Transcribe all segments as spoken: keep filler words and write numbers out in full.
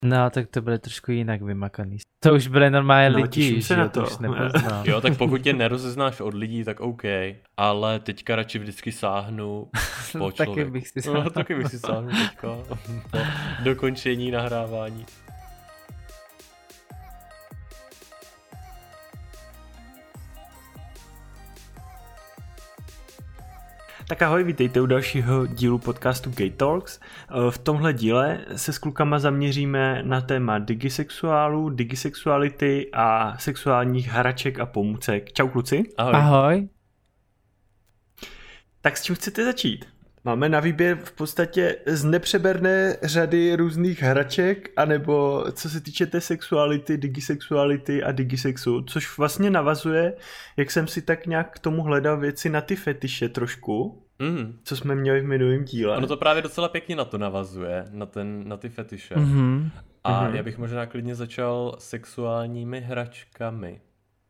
No, tak to bude trošku jinak vymakaný. To už byly normálně No, lidi, těším se že na jo, to to. už nepoznám. Jo, tak pokud tě nerozeznáš od lidí, tak OK, ale teďka radši vždycky sáhnu po Taky člověku. bych si No, sáhl. taky bych si sáhnu teďka po dokončení nahrávání. Tak ahoj, vítejte u dalšího dílu podcastu Gay Talks. V tomhle díle se s klukama zaměříme na téma digisexuálů, digisexuality a sexuálních hraček a pomůcek. Čau kluci. Ahoj. Ahoj. Tak s čím chcete začít? Máme na výběr v podstatě z nepřeberné řady různých hraček, anebo co se týče té sexuality, digisexuality a digisexu, což vlastně navazuje, jak jsem si tak nějak k tomu hledal věci na ty fetiše trošku, Mm. co jsme měli v minulém díle. Ono to právě docela pěkně na to navazuje, na, ten, na ty fetiše. Mhm. A Mhm. já bych možná klidně začal sexuálními hračkami.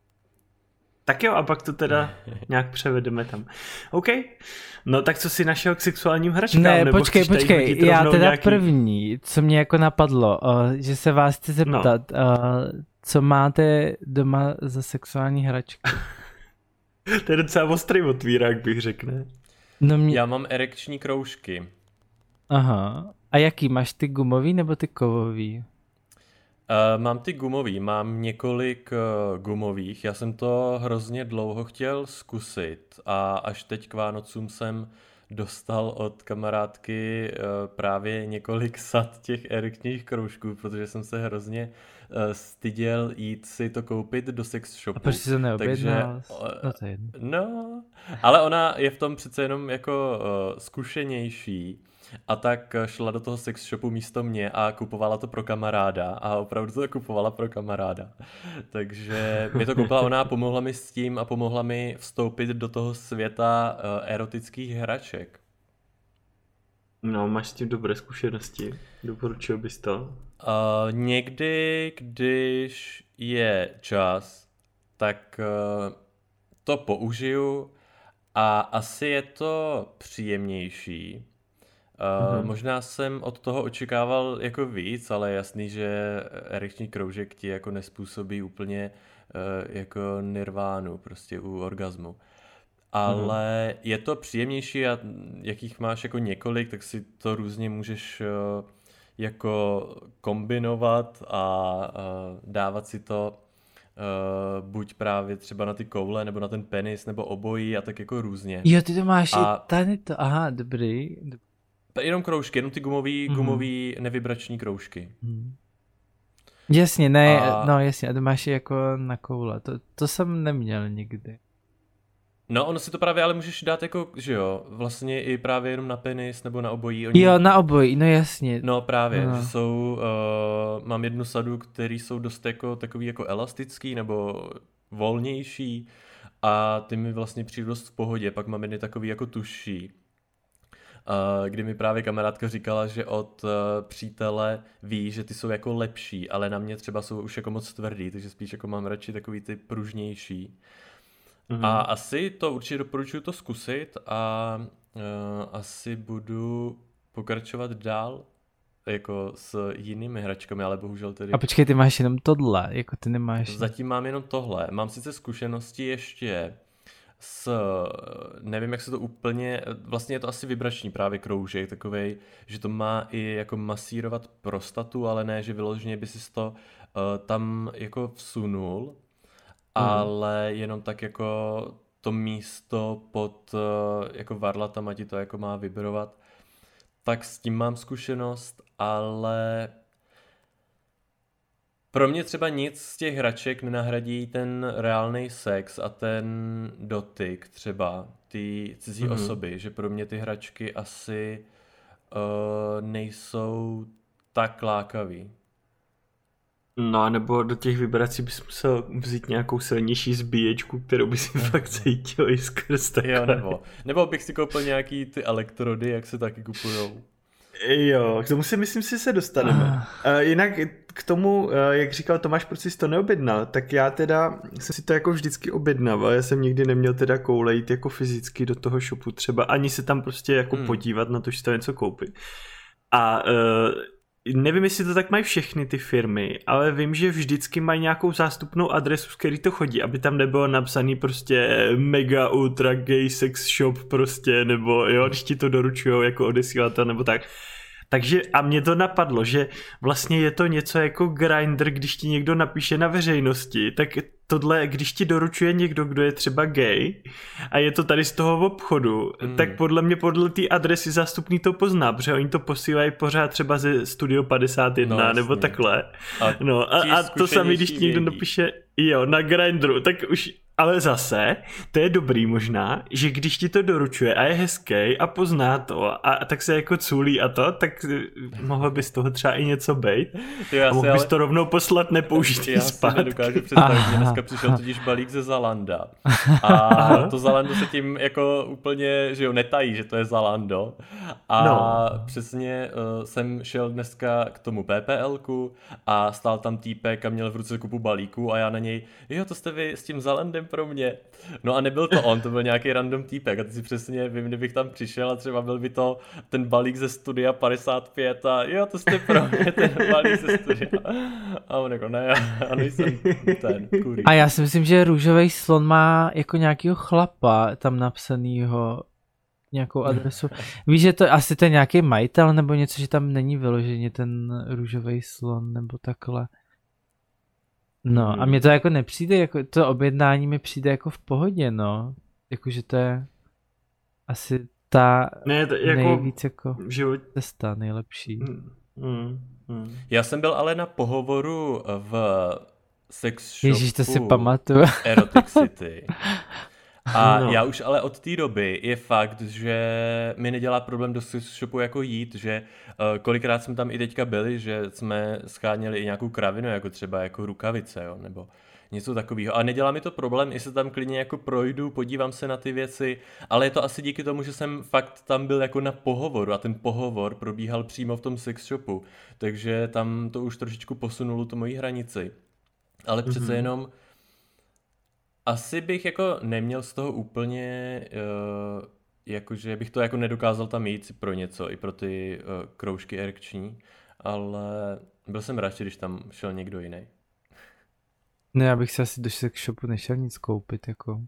Tak jo, a pak to teda nějak převedeme tam. OK. No tak co si našel k sexuálním hračkám? Ne, nebo počkej, chceš tady počkej, hodit já rovnou teda nějaký... první, co mě jako napadlo, uh, že se vás chci zeptat, no. uh, co máte doma za sexuální hračky? To je docela ostrý otvírák, bych řekl, ne? No mě... Já mám erekční kroužky. Aha. A jaký, máš ty gumový nebo ty kovový? Uh, mám ty gumový, mám několik uh, gumových, já jsem to hrozně dlouho chtěl zkusit a až teď k Vánocům jsem dostal od kamarádky uh, právě několik sad těch erekčních kroužků, protože jsem se hrozně uh, styděl jít si to koupit do sex shopu. A proč jsi to neobjednal? Takže, No to je jedno. No, ale ona je v tom přece jenom jako uh, zkušenější. A tak šla do toho sex shopu místo mě a kupovala to pro kamaráda a opravdu to kupovala pro kamaráda. Takže mi to koupila ona a pomohla mi s tím a pomohla mi vstoupit do toho světa uh, erotických hraček. No, máš s tím dobré zkušenosti. Doporučil bys to? Uh, někdy, když je čas, tak uh, to použiju a asi je to příjemnější. Uh, Mhm. Možná jsem od toho očekával jako víc, ale je jasný, že erekční kroužek ti jako nespůsobí úplně uh, jako nirvánu prostě u orgazmu. Ale je to příjemnější a jakých máš jako několik, tak si to různě můžeš uh, jako kombinovat a uh, dávat si to uh, buď právě třeba na ty koule, nebo na ten penis, nebo obojí a tak jako různě. Jo, ty to máš A- i tady to, aha, dobrý. Jenom kroužky, jenom ty gumový, Mhm. gumový nevibrační kroužky. Mhm. Jasně, ne, A- no jasně, a to máš i jako na koule, to, to jsem neměl nikdy. No, ono si to právě ale můžeš dát jako, že jo, vlastně i právě jenom na penis nebo na obojí. Oni... Jo, na obojí, no jasně. No právě, No. že jsou, uh, mám jednu sadu, který jsou dost jako takový jako elastický nebo volnější a ty mi vlastně přijdu dost v pohodě, pak mám jedny takový jako tužší. Uh, kdy mi právě kamarádka říkala, že od uh, přítele ví, že ty jsou jako lepší, ale na mě třeba jsou už jako moc tvrdý, takže spíš jako mám radši takový ty pružnější. Mhm. A asi to určitě doporučuji to zkusit a uh, asi budu pokračovat dál jako s jinými hračkami, ale bohužel tedy A počkej, ty máš jenom tohle, jako ty nemáš... zatím mám jenom tohle. Mám sice zkušenosti ještě s, nevím jak se to úplně, vlastně je to asi vibrační právě kroužek takovej, že to má i jako masírovat prostatu, ale ne, že vyloženě by si to uh, tam jako vsunul, ale jenom tak jako to místo pod uh, jako varlatama ti to jako má vibrovat. Tak s tím mám zkušenost, ale pro mě třeba nic z těch hraček nenahradí ten reálný sex a ten dotyk třeba ty cizí Mhm. osoby, že pro mě ty hračky asi uh, nejsou tak lákavý. No a nebo do těch vibrací bys musel vzít nějakou silnější zbíječku, kterou by si fakt cítil i skrz takhle. Jo, nebo, nebo bych si koupil nějaký ty elektrody, jak se taky kupujou. Jo, k tomu si myslím si se dostaneme. Uh, jinak k tomu, uh, jak říkal Tomáš, proč jsi to neobjednal, tak já teda jsem si to jako vždycky objednával, já jsem nikdy neměl teda koule jít jako fyzicky do toho shopu třeba, ani se tam prostě jako Hmm. podívat na to, že si to něco koupit. A uh, nevím, jestli to tak mají všechny ty firmy, ale vím, že vždycky mají nějakou zástupnou adresu, z který to chodí, aby tam nebylo napsaný prostě mega ultra gay sex shop prostě, nebo jo, když ti to doručujou jako odesílatel nebo tak. Takže a mě to napadlo, že vlastně je to něco jako Grindr, když ti někdo napíše na veřejnosti, tak tohle, když ti doručuje někdo, kdo je třeba gay a je to tady z toho obchodu, mm. tak podle mě podle té adresy zástupný to pozná, protože oni to posílají pořád třeba ze Studio padesát jedna no, nebo takhle. A, no, a, a to samé, když ti někdo napíše jo, na Grindru, tak už ale zase, to je dobrý možná, že když ti to doručuje a je hezký a pozná to a, a tak se jako culí a to, tak mohlo by z toho třeba i něco být. A mohl bys ale... to rovnou poslat nepoužitý já zpátky. Já si nedokážu představit, že dneska přišel totiž balík ze Zalanda. A to Zalando se tím jako úplně, že jo, netají, že to je Zalando. A no. přesně uh, jsem šel dneska k tomu PPLku a stál tam týpek a měl v ruce kupu balíků a já na něj, jo, to jste vy s tím Zalandem pro mě. No a nebyl to on, to byl nějaký random týpek a ty si přesně vím, kdybych tam přišel a třeba byl by to ten balík ze Studia padesát pět a jo, to jste pro mě, ten balík ze Studia. A on jako ne, já nejsem ten kurý. A já si myslím, že Růžový slon má jako nějakýho chlapa tam napsanýho nějakou adresu. Víš, že to asi ten nějaký majitel nebo něco, že tam není vyloženě ten Růžový slon nebo takhle. No hmm. a mně to jako nepřijde, jako to objednání mi přijde jako v pohodě, no. Jakože to je asi ta ne, to jako nejvíc jako život... cesta, nejlepší. Hmm. Hmm. Hmm. Já jsem byl ale na pohovoru v sex shopu Ježíš, to si pamatuju. Erotic City. A no. já už ale od té doby je fakt, že mi nedělá problém do sex shopu jako jít, že uh, kolikrát jsme tam i teďka byli, že jsme scháněli i nějakou kravinu, jako třeba jako rukavice, jo, nebo něco takového. A nedělá mi to problém, jestli tam klidně jako projdu, podívám se na ty věci, ale je to asi díky tomu, že jsem fakt tam byl jako na pohovoru a ten pohovor probíhal přímo v tom sex shopu, takže tam to už trošičku posunulo tu moji hranici. Ale přece mm-hmm. jenom asi bych jako neměl z toho úplně, uh, jakože bych to jako nedokázal tam jít si pro něco, i pro ty uh, kroužky erekční, ale byl jsem radši, když tam šel někdo jiný. No já bych si asi do sex shopu nešel nic koupit, jako.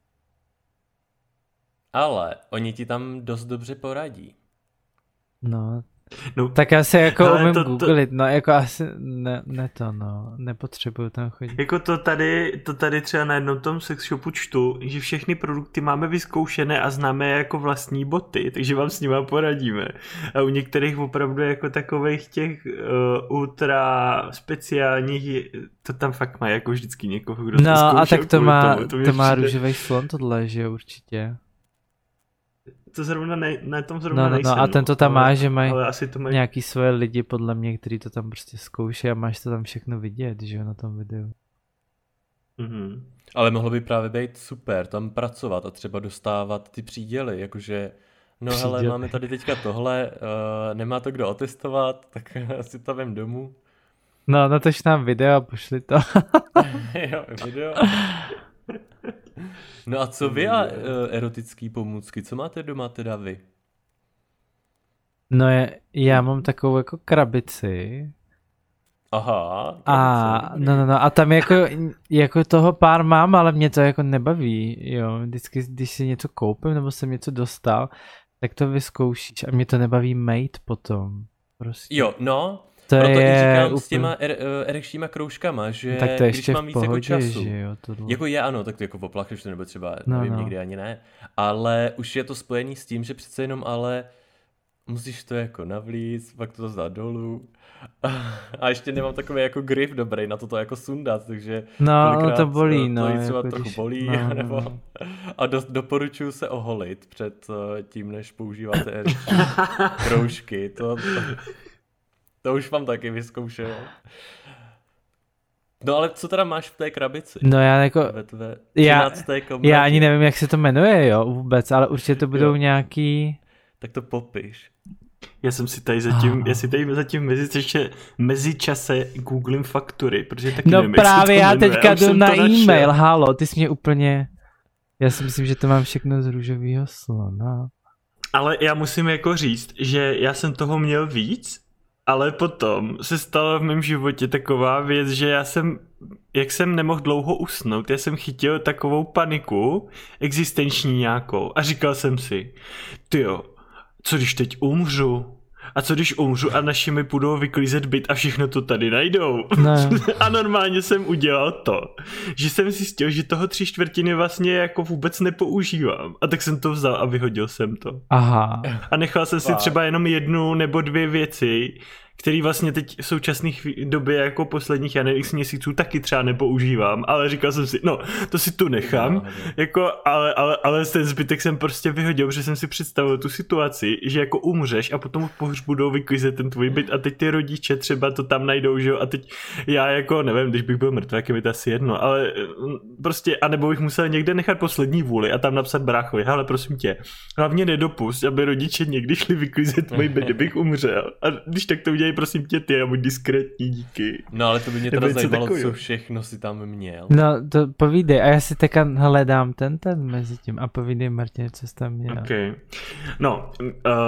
Ale oni ti tam dost dobře poradí. No. No, tak já se jako umím to, googlit, to, no jako asi ne, ne to no, nepotřebuju tam chodit. Jako to tady, to tady třeba na jednom tom sex shopu čtu, že všechny produkty máme vyzkoušené a známe jako vlastní boty, takže vám s nima poradíme. A u některých opravdu jako takových těch uh, ultra speciálních, to tam fakt má jako vždycky někoho, kdo no, to zkoušel. No a tak to má, tomu, to to má Růžový slon tohle, že určitě. To zrovna ne, na tom zrovna no, no, nejsem. No a ten to tam ale, má, že mají maj... nějaký svoje lidi podle mě, kteří to tam prostě zkouší a máš to tam všechno vidět, že jo, na tom videu. Mm-hmm. Ale mohlo by právě být super tam pracovat a třeba dostávat ty příděly, jakože no Příděl. hele, máme tady teďka tohle, uh, nemá to kdo otestovat, tak si to vem domů. No, natoč nám video a pošli to. Jo, video. No a co vy a uh, erotický pomůcky, co máte doma teda vy? No je, já mám takovou jako krabici. Aha. Krabice, a no, no, no, a tam jako, jako toho pár mám, ale mě to jako nebaví, jo. Vždycky, když si něco koupím nebo jsem něco dostal, tak to vyzkoušíš a mě to nebaví mate potom. Prostě. Jo, no. To Proto je i říkám úplně... s těma er, erekčníma kroužkama, že tak to když mám víc pohodě, jako času. že jo, tohle. Jako je ano, tak to jako poplacheš to nebo třeba, no, nevím, no. někdy ani ne. Ale už je to spojený s tím, že přece jenom ale musíš to jako navlíct, pak to dát dolů. A ještě nemám takový jako grip dobrý na to to jako sundat, takže no, no to bolí, to, no. to třeba jako trochu když... bolí, no, nebo... no. A do, doporučuji se oholit před tím, než používáte erekční kroužky. To, to, to už mám taky vyzkoušel. No ale co teda máš v té krabici? No já jako, já, já ani nevím, jak se to jmenuje, jo, vůbec, ale určitě to budou jo. nějaký... Tak to popiš. Já jsem si tady zatím, oh. já si tady zatím mezi, mezičase googlím faktury, protože taky no nevím, právě já jmenuje. teďka jdu na e-mail, halo, ty jsi mě úplně... Já si myslím, že to mám všechno z Růžovýho slona. Ale já musím jako říct, že já jsem toho měl víc ale potom se stala v mém životě taková věc, že já jsem, jak jsem nemohl dlouho usnout, já jsem chytil takovou paniku, existenční nějakou, a říkal jsem si, tyjo, co když teď umřu? A co když umřu a naši mi budou vyklízet byt a všechno to tady najdou? Ne. A normálně jsem udělal to, že jsem zjistil, že toho tři čtvrtiny vlastně jako vůbec nepoužívám. A tak jsem to vzal a vyhodil jsem to. Aha. A nechal jsem si Fakt. třeba jenom jednu nebo dvě věci, který vlastně teď v současné době jako posledních, já nevím, x měsíců taky třeba nepoužívám, ale říkal jsem si, no, to si tu nechám, No, jako, ale, ale, ale ten zbytek jsem prostě vyhodil, protože jsem si představil tu situaci, že jako umřeš a potom v pohřbu budou vyklízet ten tvůj byt a teď ty rodiče třeba to tam najdou, že jo, a teď já jako, nevím, když bych byl mrtvý, jak je mi to asi jedno, ale prostě, anebo bych musel někde nechat poslední vůli a tam napsat bráchovi, hele, prosím tě, hlavně nedopust, aby rodiče někdy šli vyklízet tvůj byt, kdybych umřel. A když tak to udělají, prosím tě, ty a buď diskrétní, díky. No ale to by mě Nebo teda něco zajímalo, takového. co všechno si tam měl. No, to povídej. A já si teďka hledám ten ten mezi tím. A povídej, Martin, co jsi tam měl. Okay. No, uh,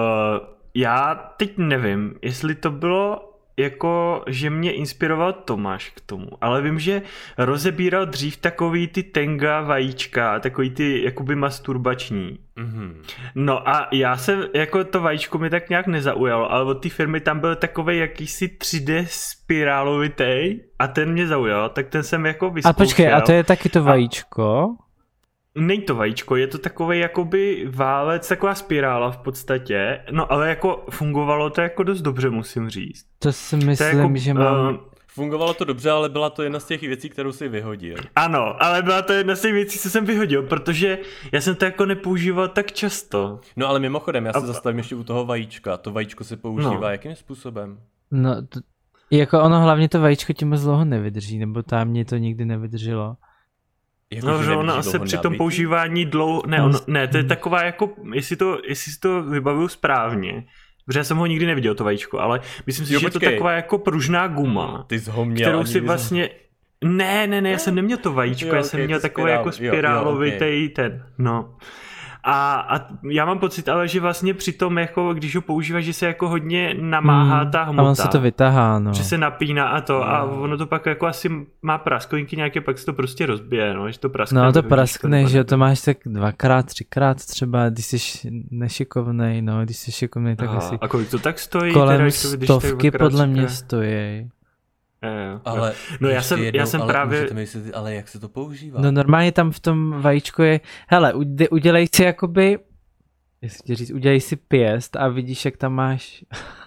já teď nevím, jestli to bylo jako, že mě inspiroval Tomáš k tomu, ale vím, že rozebíral dřív takový ty tenga vajíčka, takový ty jakoby masturbační. Mm-hmm. No a já jsem, jako to vajíčko mi tak nějak nezaujalo, ale od té firmy tam byl takovej jakýsi tři dé spirálovitej a ten mě zaujal, tak ten jsem jako A vyzkoušel. počkej, a to je taky to vajíčko? Není to vajíčko, je to takovej jakoby válec, taková spirála v podstatě, no ale jako fungovalo to jako dost dobře, musím říct. To si myslím, to jako, že mám... Uh, Fungovalo to dobře, ale byla to jedna z těch věcí, kterou si vyhodil. ano, ale byla to jedna z těch věcí, co jsem vyhodil, protože já jsem to jako nepoužíval tak často. No ale mimochodem, já se A- zastavím ještě u toho vajíčka. To vajíčko se používá No. jakým způsobem? No, to, jako ono hlavně to vajíčko tím moc dlouho nevydrží, nebo tam mě to nikdy nevydrželo. Jako, No, že ona nevydrží se dlouho při tom nabitý? používání dlouho, ne, ono, ne, to je taková jako, jestli to, jestli si to vybavuju správně, protože já jsem ho nikdy neviděl, to vajíčko, ale myslím si, Jo, že je to počkej. taková jako pružná guma, Ty jsi ho měl kterou a si nikdy vlastně, ne, ne, ne, já jsem neměl to vajíčko, Jo, já jsem okej, měl to takový spirál- jako jo, jo, spirálovitej ten, no. A, a já mám pocit, ale že vlastně při tom, jako, když ho používáš, že se jako hodně namáhá Hmm, ta a hmota. on se to vytahá, no. Že se napíná a to a No. ono to pak jako asi má praskovinky nějaké, pak se to prostě rozbije, no, že to praskne. No to vyhodíš praskne, to, že jo, to máš tak dvakrát, třikrát třeba, když jsi nešikovnej, no, když jsi šikovnej, tak Aha, asi a kolik to tak stojí? kolem teda, když to vydržíš tak stovky dvakrát, podle mě třikrát? stojí. Jo, jo. Ale No já ještě jsem- já jednou, jsem ale právě- můžete mi vysvětlit, ale jak se to používá? No normálně tam v tom vajíčku je, hele, ude- udělej si jakoby, jestli tě říct, udělej si pěst a vidíš, jak tam máš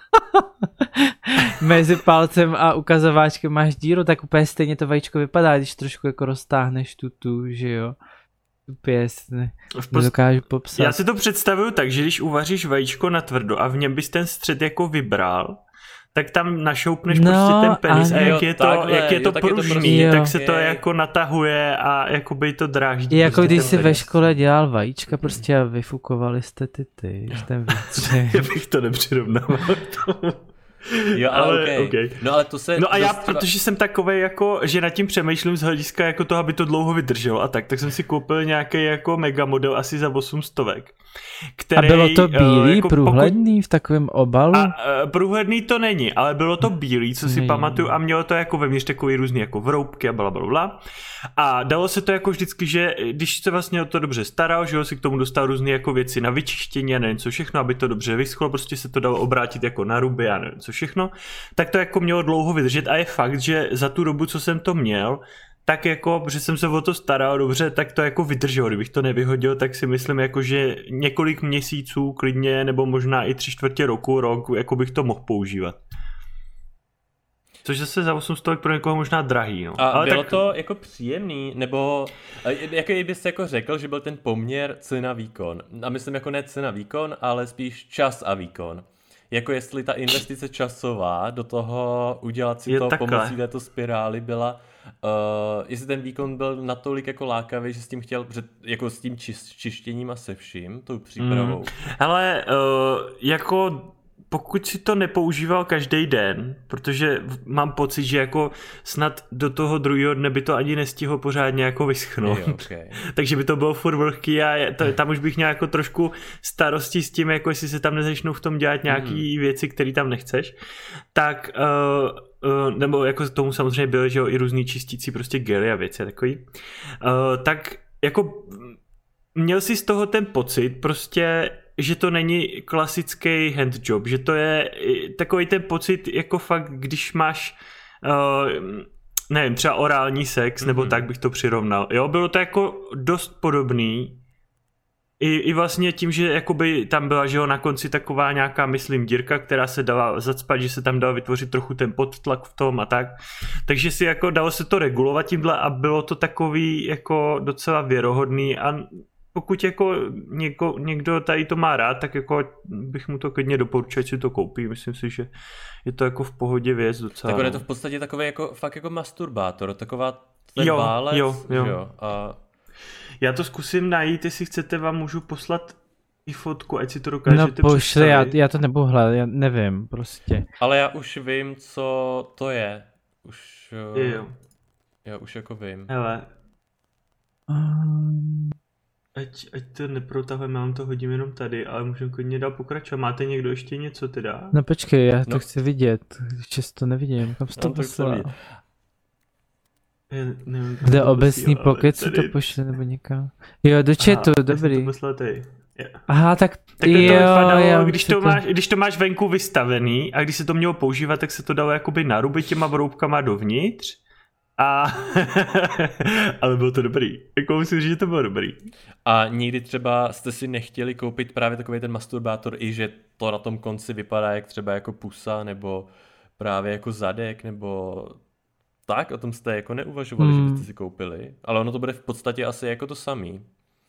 mezi palcem a ukazováčkem máš díru, tak úplně stejně to vajíčko vypadá, když trošku jako roztáhneš tu tu, že jo, tu pěst, ne, V pos- nedokážu popsat. Já si to představuju tak, že když uvaříš vajíčko na tvrdo a v něm bys ten střed jako vybral, tak tam našoupneš No, prostě ten penis ano. a jak je to, Takhle, jak je jo, to tak je to pružný, prostě- tak se to Jo. jako natahuje a jakoby to dráždí. Je jako prostě když ten jsi ve penis. škole dělal vajíčka prostě a vyfukovali jste ty ty, ten vítřek. Já bych to nepřirovnával k tomu. Jo, ale, ale okay. okay. No ale to se... No a já, dost třeba- protože jsem takovej jako, že nad tím přemýšlím z hlediska jako toho, aby to dlouho vydrželo a tak, tak jsem si koupil nějaký jako mega model asi za osm stovek. A bylo to eh, bílý, jako průhledný v takovém obalu? A uh, průhledný to není, ale bylo to bílý, co si Není. pamatuju, a mělo to jako vevnitř takový různý jako vroubky a blablabla. A dalo se to jako vždycky, že když se vlastně o to dobře staral, že jo, si k tomu dostal různé jako věci na vyčištění a nevím co všechno, aby to dobře vyschlo, prostě se to dalo obrátit jako na ruby a nevím co všechno, tak to jako mělo dlouho vydržet a je fakt, že za tu dobu, co jsem to měl, tak jako, protože jsem se o to staral dobře, tak to jako vydrželo. Kdybych to nevyhodil, tak si myslím jako, že několik měsíců klidně, nebo možná i tři čtvrtě roku, rok, jako bych to mohl používat. Což zase za osm stovek pro někoho možná drahý, no. A ale bylo tak, to jako příjemný, nebo a jaký bys jako řekl, že byl ten poměr cena výkon? A myslím jako ne cena výkon, ale spíš čas a výkon. Jako jestli ta investice časová do toho udělat si Je to takhle. pomocí této spirály byla, uh, jestli ten výkon byl natolik jako lákavý, že s tím chtěl, před, jako s tím čist, čištěním a se vším, tou přípravou. Mm. Ale uh, jako pokud si to nepoužíval každý den, protože mám pocit, že jako snad do toho druhého dne by to ani nestihl pořádně jako vyschnout. Jo, okay. Takže by to bylo furt vlhký a to, tam už bych měl jako trošku starosti s tím, jako jestli se tam nezačnou v tom dělat nějaký hmm. věci, které tam nechceš. Tak, uh, uh, nebo jako tomu samozřejmě bylo, že jo, i různý čistící prostě gely a věci a takový. Uh, tak jako měl jsi z toho ten pocit prostě, že to není klasický handjob, že to je takový ten pocit jako fakt, když máš uh, nevím, třeba orální sex, mm-hmm. nebo tak bych to přirovnal. Jo, bylo to jako dost podobný. I, i vlastně tím, že jakoby tam byla, že jo, na konci taková nějaká, myslím, dírka, která se dala zacpat, že se tam dal vytvořit trochu ten podtlak v tom a tak. Takže si jako dalo se to regulovat tímhle a bylo to takový jako docela věrohodný a pokud jako něko, někdo tady to má rád, tak jako bych mu to klidně doporučil, si to koupí. Myslím si, že je to jako v pohodě věc docela. Tak je to v podstatě takový jako, fakt jako masturbátor, taková ten jo, válec. Jo, jo. jo a... Já to zkusím najít, jestli chcete, vám můžu poslat i fotku, ať si to dokážete no, pošli, já, já to nebudu hledat, já nevím, prostě. Ale já už vím, co to je. Už, je, jo. Já už jako vím. Hele. Um... Ať, ať to neprotahujeme, mám to hodím jenom tady, ale můžeme klidně dál pokračovat. Máte někdo ještě něco teda? No počkej, já to no. chci vidět, často nevidím, kam jsi to poslal? Kde obecní pokec si to pošli nebo někam? Jo, do chatu, aha, dobrý. To poslal tady. Yeah. Aha, tak tak jo, to vypadalo, já když to, to... máš, když to máš venku vystavený a když se to mělo používat, tak se to dalo jakoby naruby těma vroubkama dovnitř. A ale bylo to dobrý. Jako musím říct, že to bylo dobrý. A nikdy třeba jste si nechtěli koupit právě takový ten masturbátor i že to na tom konci vypadá jak třeba jako pusa nebo právě jako zadek nebo tak? O tom jste jako neuvažovali, hmm. že byste si koupili? Ale ono to bude v podstatě asi jako to samý.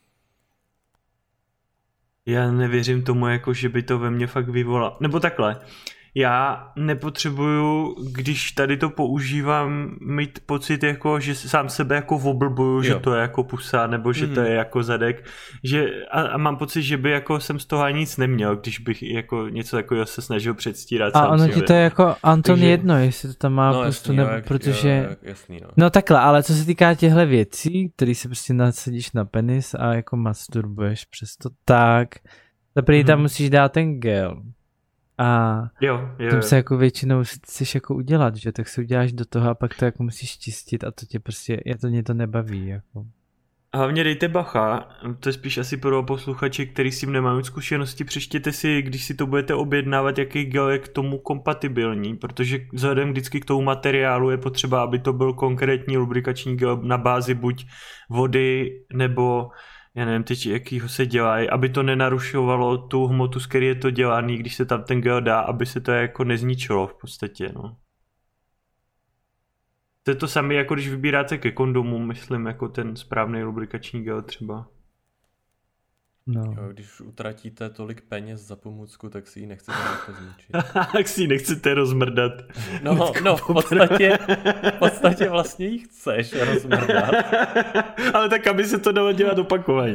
Já nevěřím tomu, jako že by to ve mně fakt vyvolalo. Nebo takhle. Já nepotřebuju, když tady to používám, mít pocit, jako, že sám sebe jako oblbuju, jo. že to je jako pusa, nebo že mm. to je jako zadek. Že, a, a mám pocit, že by jako jsem z toho ani nic neměl, když bych jako něco takového se snažil předstírat. A ono ti to je jako Anton Takže... jedno, jestli to tam má no, pustu, jasný, nebo jo, protože... Jo, jasný, no. no takhle, ale co se týká těchto věcí, který se prostě nasadíš na penis a jako masturbuješ přesto, tak zaprvé mm. tam musíš dát ten gel. A jo, jo, tam se jako většinou chceš jako udělat, že tak se uděláš do toho a pak to jako musíš čistit a to tě prostě, já to mě to nebaví jako. A hlavně dejte bacha, to je spíš asi pro posluchače, který s tím nemají zkušenosti, přečtěte si, když si to budete objednávat, jaký gel je k tomu kompatibilní, protože vzhledem vždycky k tomu materiálu je potřeba, aby to byl konkrétní lubrikační gel na bázi buď vody nebo já nevím teď, jakýho se dělají, aby to nenarušovalo tu hmotu, z které je to dělaný, když se tam ten gel dá, aby se to jako nezničilo v podstatě, no. To je to samé, jako když vybíráte ke kondomům, myslím, jako ten správný lubrikační gel třeba. No. Jo, když utratíte tolik peněz za pomůcku, tak si ji nechcete jako zničit. Tak si ji nechcete rozmrdat. No, no v, podstatě, v podstatě vlastně ji chceš rozmrdat. Ale tak, aby se to dalo dělat opakovaně.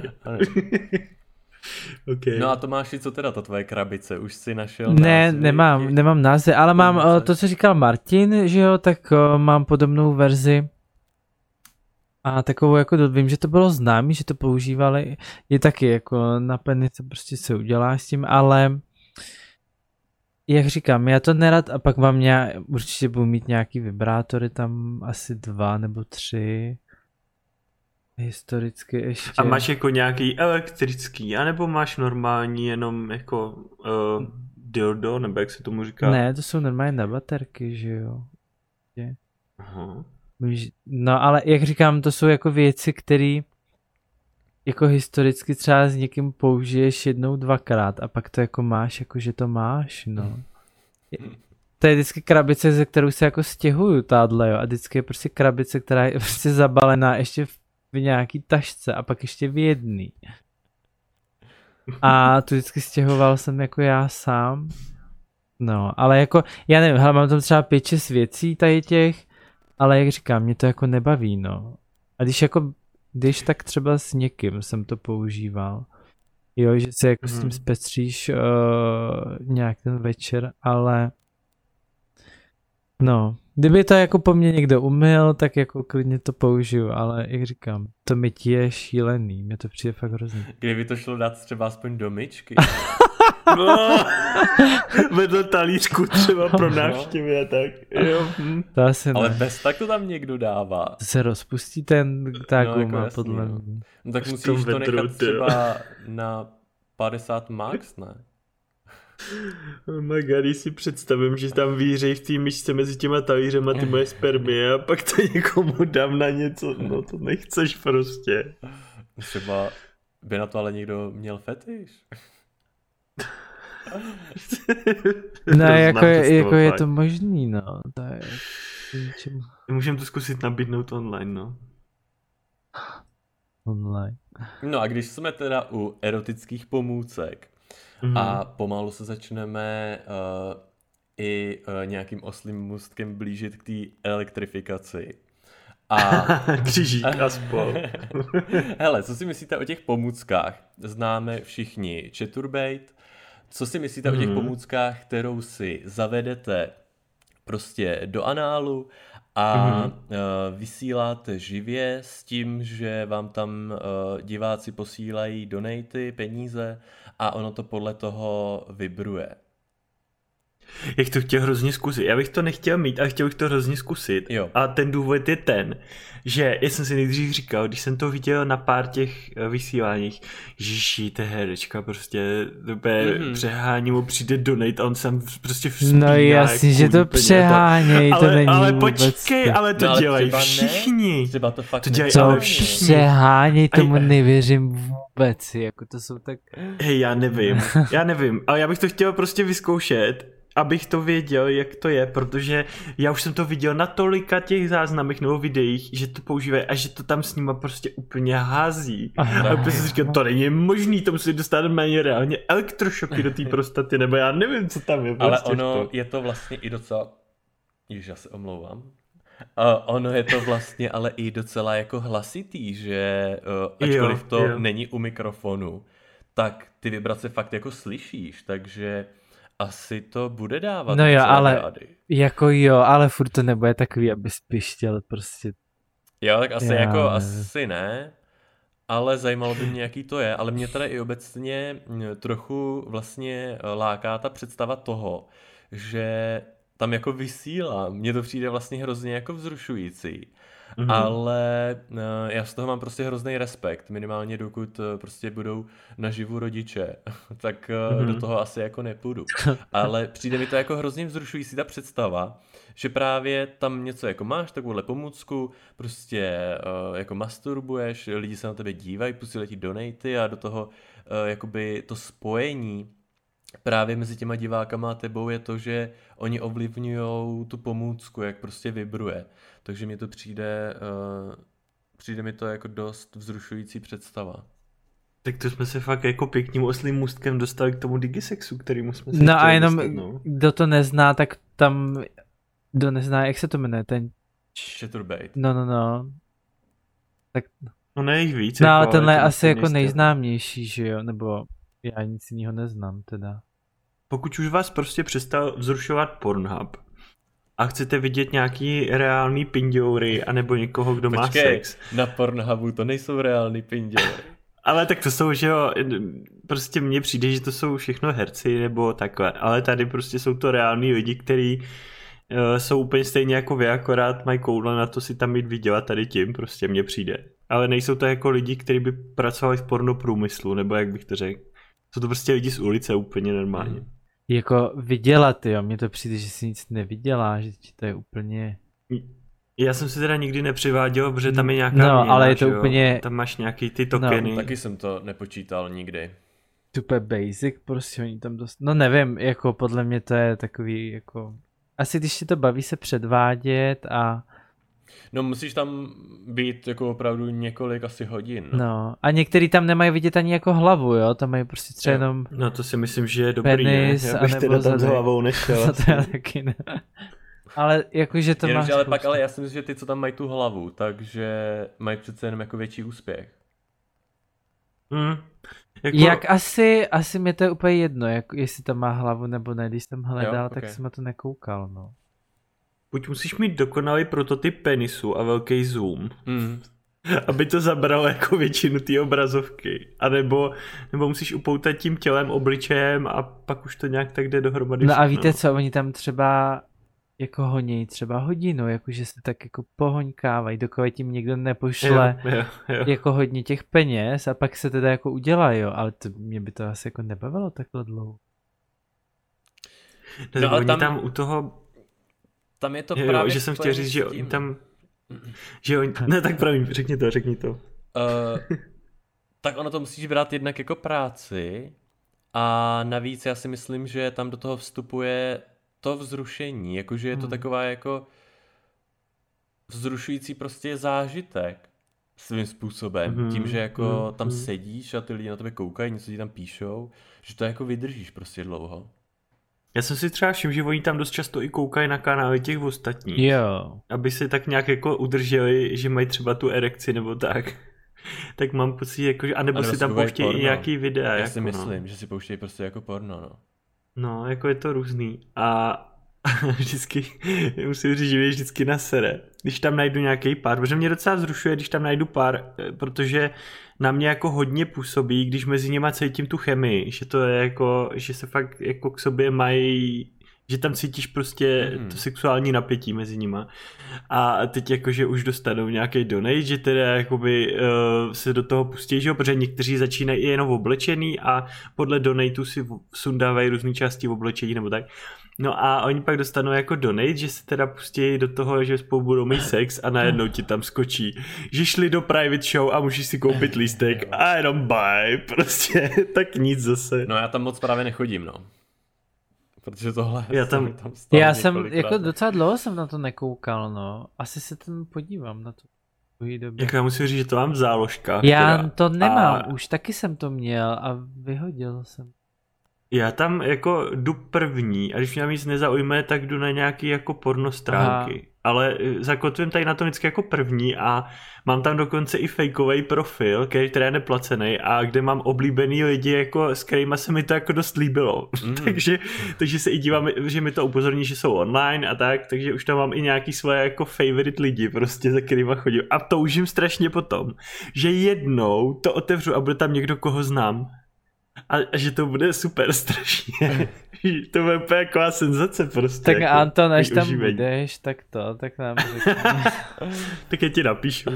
Okay. No a Tomáši, co teda ta tvoje krabice? Už si našel Ne, názvy? nemám, nemám názvy, ale mám o, to, co říkal Martin, že jo, tak o, mám podobnou verzi. A takovou jako, vím, že to bylo známý, že to používali, je taky jako na penis, to prostě se udělá s tím, ale jak říkám, já to nerad a pak mám nějak, určitě budu mít nějaký vibrátory, tam asi dva nebo tři. Historicky ještě. A máš jako nějaký elektrický, anebo máš normální jenom jako uh, dildo, nebo jak se tomu říká? Ne, to jsou normální na baterky, že jo. Je. Aha. No ale jak říkám, to jsou jako věci, které jako historicky třeba s někým použiješ jednou, dvakrát a pak to jako máš, jako že to máš, no. To je vždycky krabice, ze kterou se jako stěhuju tádle, jo, a vždycky je prostě krabice, která je prostě zabalená ještě v v nějaký tašce a pak ještě v jedný. A tu vždycky stěhoval jsem jako já sám. No, ale jako, já nevím, hele, mám tam třeba pět, šest věcí tady těch, ale jak říkám, mě to jako nebaví, no. A když jako, když tak třeba s někým jsem to používal. jo, že se jako Mhm. s tím zpestříš uh, nějak ten večer, ale no, kdyby to jako po mně někdo umyl, tak jako klidně to použiju, ale jak říkám, to mytí je šílený, mě to přijde fakt hrozný. Kdyby to šlo dát třeba aspoň do myčky. No, vedle talířku třeba pro návštěvy a tak. Jo. Hm. To asi Ale ne. bez tak to tam někdo dává. To se rozpustí ten tak No, jako má jasný, podle no. mě. No tak Až musíš to to vedro, nechat ty jo. třeba na padesát max, ne? Oh my god, když si představím, že tam vířej v té myšce mezi těma talířema ty moje spermie a pak to někomu dám na něco, no to nechceš prostě. Třeba by na to ale někdo měl fetiš. No, jako, Znám je, z toho jako je fakt. to možný, no. To je něčem Můžeme to zkusit nabídnout online, no. online. No a když jsme teda u erotických pomůcek Mhm. a pomalu se začneme uh, i uh, nějakým oslým můstkem blížit k té elektrifikaci. A Křížík a spol. hele, co si myslíte o těch pomůckách? Známe všichni Chaturbate. Co si myslíte o těch Mhm. pomůckách, kterou si zavedete prostě do análu a Mhm. uh, vysíláte živě s tím, že vám tam uh, diváci posílají donaty, peníze a ono to podle toho vibruje. Jak to chtěl hrozně zkusit. Já bych to nechtěl mít, ale chtěl bych to hrozně zkusit. Jo. A ten důvod je ten, že já jsem si nejdřív říkal, když jsem to viděl na pár těch eh, vysíláních, ježiši, ta herečka prostě úplně Mhm. přehání, mu přijde donate a on sam prostě vzpíná. No jasně, jak že to kůň peněz. přeháněj, to ale, není ale vůbec... počkej, ale to No, ale dělají třeba ne. všichni. Třeba to fakt To dělají Co ale nepřehání. všichni. přeháněj, tomu Aj- nevěřím vůbec, jako to jsou tak... Hej, já nevím, já nevím, ale já bych to chtěl prostě vyzkoušet, abych to věděl, jak to je, protože já už jsem to viděl na tolika těch záznamech nebo videích, že to používají a že to tam s nima prostě úplně hází. Aha. A opět jsem si říkal, to není možný, to musí dostat méně reálně elektrošoky do té prostaty, nebo já nevím, co tam je. Ale Prostě ono to. je to vlastně i docela... Ježiš, já se omlouvám. Uh, ono je to vlastně ale i docela jako hlasitý, že uh, ačkoliv Jo, to jo. není u mikrofonu, tak ty vibrace fakt jako slyšíš, takže asi to bude dávat No jo, docela ale- rády. Jako jo, ale furt to nebude takový, aby spištěl prostě. Jo, tak asi Já jako nevím. asi ne, ale zajímalo by mě, jaký to je, ale mě teda i obecně mm, trochu vlastně eh, láká ta představa toho, že tam jako vysílám, mně to přijde vlastně hrozně jako vzrušující, Mhm. ale eh, já z toho mám prostě hrozný respekt, minimálně dokud eh, prostě budou naživu rodiče, tak eh, Mhm. do toho asi jako nepůjdu. Ale přijde mi to jako hrozně vzrušující ta představa, že právě tam něco jako máš, takovouhle pomůcku, prostě uh, jako masturbuješ, lidi se na tebe dívají, posílají ti donaty a do toho uh, jakoby to spojení právě mezi těma divákama a tebou je to, že oni ovlivňují tu pomůcku, jak prostě vibruje. Takže mi to přijde, uh, přijde mi to jako dost vzrušující představa. Tak to jsme se fakt jako pěkným oslým můstkem dostali k tomu digisexu, kterýmu jsme se No a chtěli jenom, dostat, no. kdo to nezná, tak tam, kdo nezná, jak se to jmenuje, ten, Chaturbate. no no no, No ne jich víc. no ale jako, tenhle je to asi úplně jako nejste. nejznámější, že jo, nebo já nic jiného neznám teda. Pokud už vás prostě přestal vzrušovat Pornhub a chcete vidět nějaký reálný pindoury anebo někoho, kdo má Počkej, sex. na Pornhubu to nejsou reální pinděry. Ale tak to jsou, že jo, prostě mně přijde, že to jsou všechno herci nebo takhle, ale tady prostě jsou to reální lidi, kteří uh, jsou úplně stejně jako vy, akorát mají koule na to si tam jít vydělat tady tím, prostě mně přijde. Ale nejsou to jako lidi, kteří by pracovali v pornoprůmyslu, nebo jak bych to řekl. Jsou to prostě lidi z ulice úplně normálně. Hmm. Jako vydělat, jo, mně to přijde, že si nic nevydělá, že ti to je úplně... Já jsem si teda nikdy nepřiváděl, protože tam je nějaká No, měna, ale je to že jo? úplně- Tam máš nějaký ty tokeny. No, Taky jsem to nepočítal nikdy. super basic, prostě oni tam dost... No nevím, jako podle mě to je takový, jako... Asi když ti to baví se předvádět a... No musíš tam být jako opravdu několik asi hodin. No, a některý tam nemají vidět ani jako hlavu, jo, tam mají prostě třeba Jo. jenom... No to si myslím, že je dobrý, Penis, ne? Já bych anebo teda tam s zadek. hlavou nešel. No to já taky ne. Ale jakože to Jenomže máš... ale pak, spoustu- ale já si myslím, že ty, co tam mají tu hlavu, takže mají přece jenom jako větší úspěch. Mm. Jako... Jak asi, asi mi to je úplně jedno, jak, jestli to má hlavu nebo ne, když jsem hledal, Jo, tak okay. jsem na to nekoukal, no. Buď musíš mít dokonalý prototyp penisu a velký zoom, mm. aby to zabralo jako většinu té obrazovky, a nebo, nebo musíš upoutat tím tělem, obličejem a pak už to nějak tak jde dohromady. No a víte co, oni tam třeba jako honějí třeba hodinu, jakože se tak jako pohoňkávají, dokud tím někdo nepošle jo, jo, jo. jako hodně těch peněz a pak se teda jako udělají, jo, ale to, mě by to asi jako nebavilo takhle dlouho. No, no oni tam... tam u toho... Tam je to jo, právě že jsem chtěl říct, že oni tam... Že oni... Ne, tak promiň, řekni to, řekni to. Uh, tak ono to musíš brát jednak jako práci a navíc já si myslím, že tam do toho vstupuje to vzrušení, jakože je to hmm. taková jako vzrušující prostě zážitek svým způsobem, hmm. tím, že jako hmm. tam sedíš a ty lidi na tebe koukají, něco ti tam píšou, že to jako vydržíš prostě dlouho. Já jsem si třeba všiml, že oni tam dost často i koukají na kanály těch ostatních. Jo. Aby si tak nějak jako udrželi, že mají třeba tu erekci nebo tak. Tak mám pocit, jako, že, anebo, anebo si tam pouštějí i nějaký videa. Já jako, si myslím, no. že si pouštějí prostě jako porno, no. No, jako je to různý. A vždycky, musím říct, že mě vždycky nasere, když tam najdu nějaký pár, protože mě docela vzrušuje, když tam najdu pár, protože na mě jako hodně působí, když mezi nima cítím tu chemii, že to je jako, že se fakt jako k sobě mají, že tam cítíš prostě mm. to sexuální napětí mezi nima. A teď jakože už dostanou nějaký donate, že teda jakoby uh, se do toho pustí, že jo, protože někteří začínají i jenom oblečený a podle donateu si sundávají různé části oblečení nebo tak. No a oni pak dostanou jako donate, že se teda pustí do toho, že spolu budou mít sex a najednou ti tam skočí, že šli do private show a můžeš si koupit lístek a jenom bye, prostě tak nic zase. No já tam moc právě nechodím, no. Protože tohle já tam, tam já jsem jako docela dlouho jsem na to nekoukal, no. Asi se tam podívám na to. Jak já musím říct, že to mám v záložkách. Já teda. to nemám, a... už taky jsem to měl a vyhodil jsem. Já tam jako jdu první a když mě nic nezaujme, tak jdu na nějaký jako porno stránky. Aha. Ale zakotvím tady na to vždycky jako první a mám tam dokonce i fejkovej profil, který je neplacený a kde mám oblíbený lidi, jako, s kterýma se mi to jako dost líbilo. Mm. takže, takže se i dívám, že mi to upozorní, že jsou online a tak, takže už tam mám i nějaký svoje jako favorite lidi, prostě za kterýma chodím. A toužím strašně potom, že jednou to otevřu a bude tam někdo, koho znám. A, a že to bude super strašně. To bude úplně taková senzace prostě. Tak jako, Anton, až tam užívení. Budeš, tak to, tak nám řekni. Tak já ti napíšu.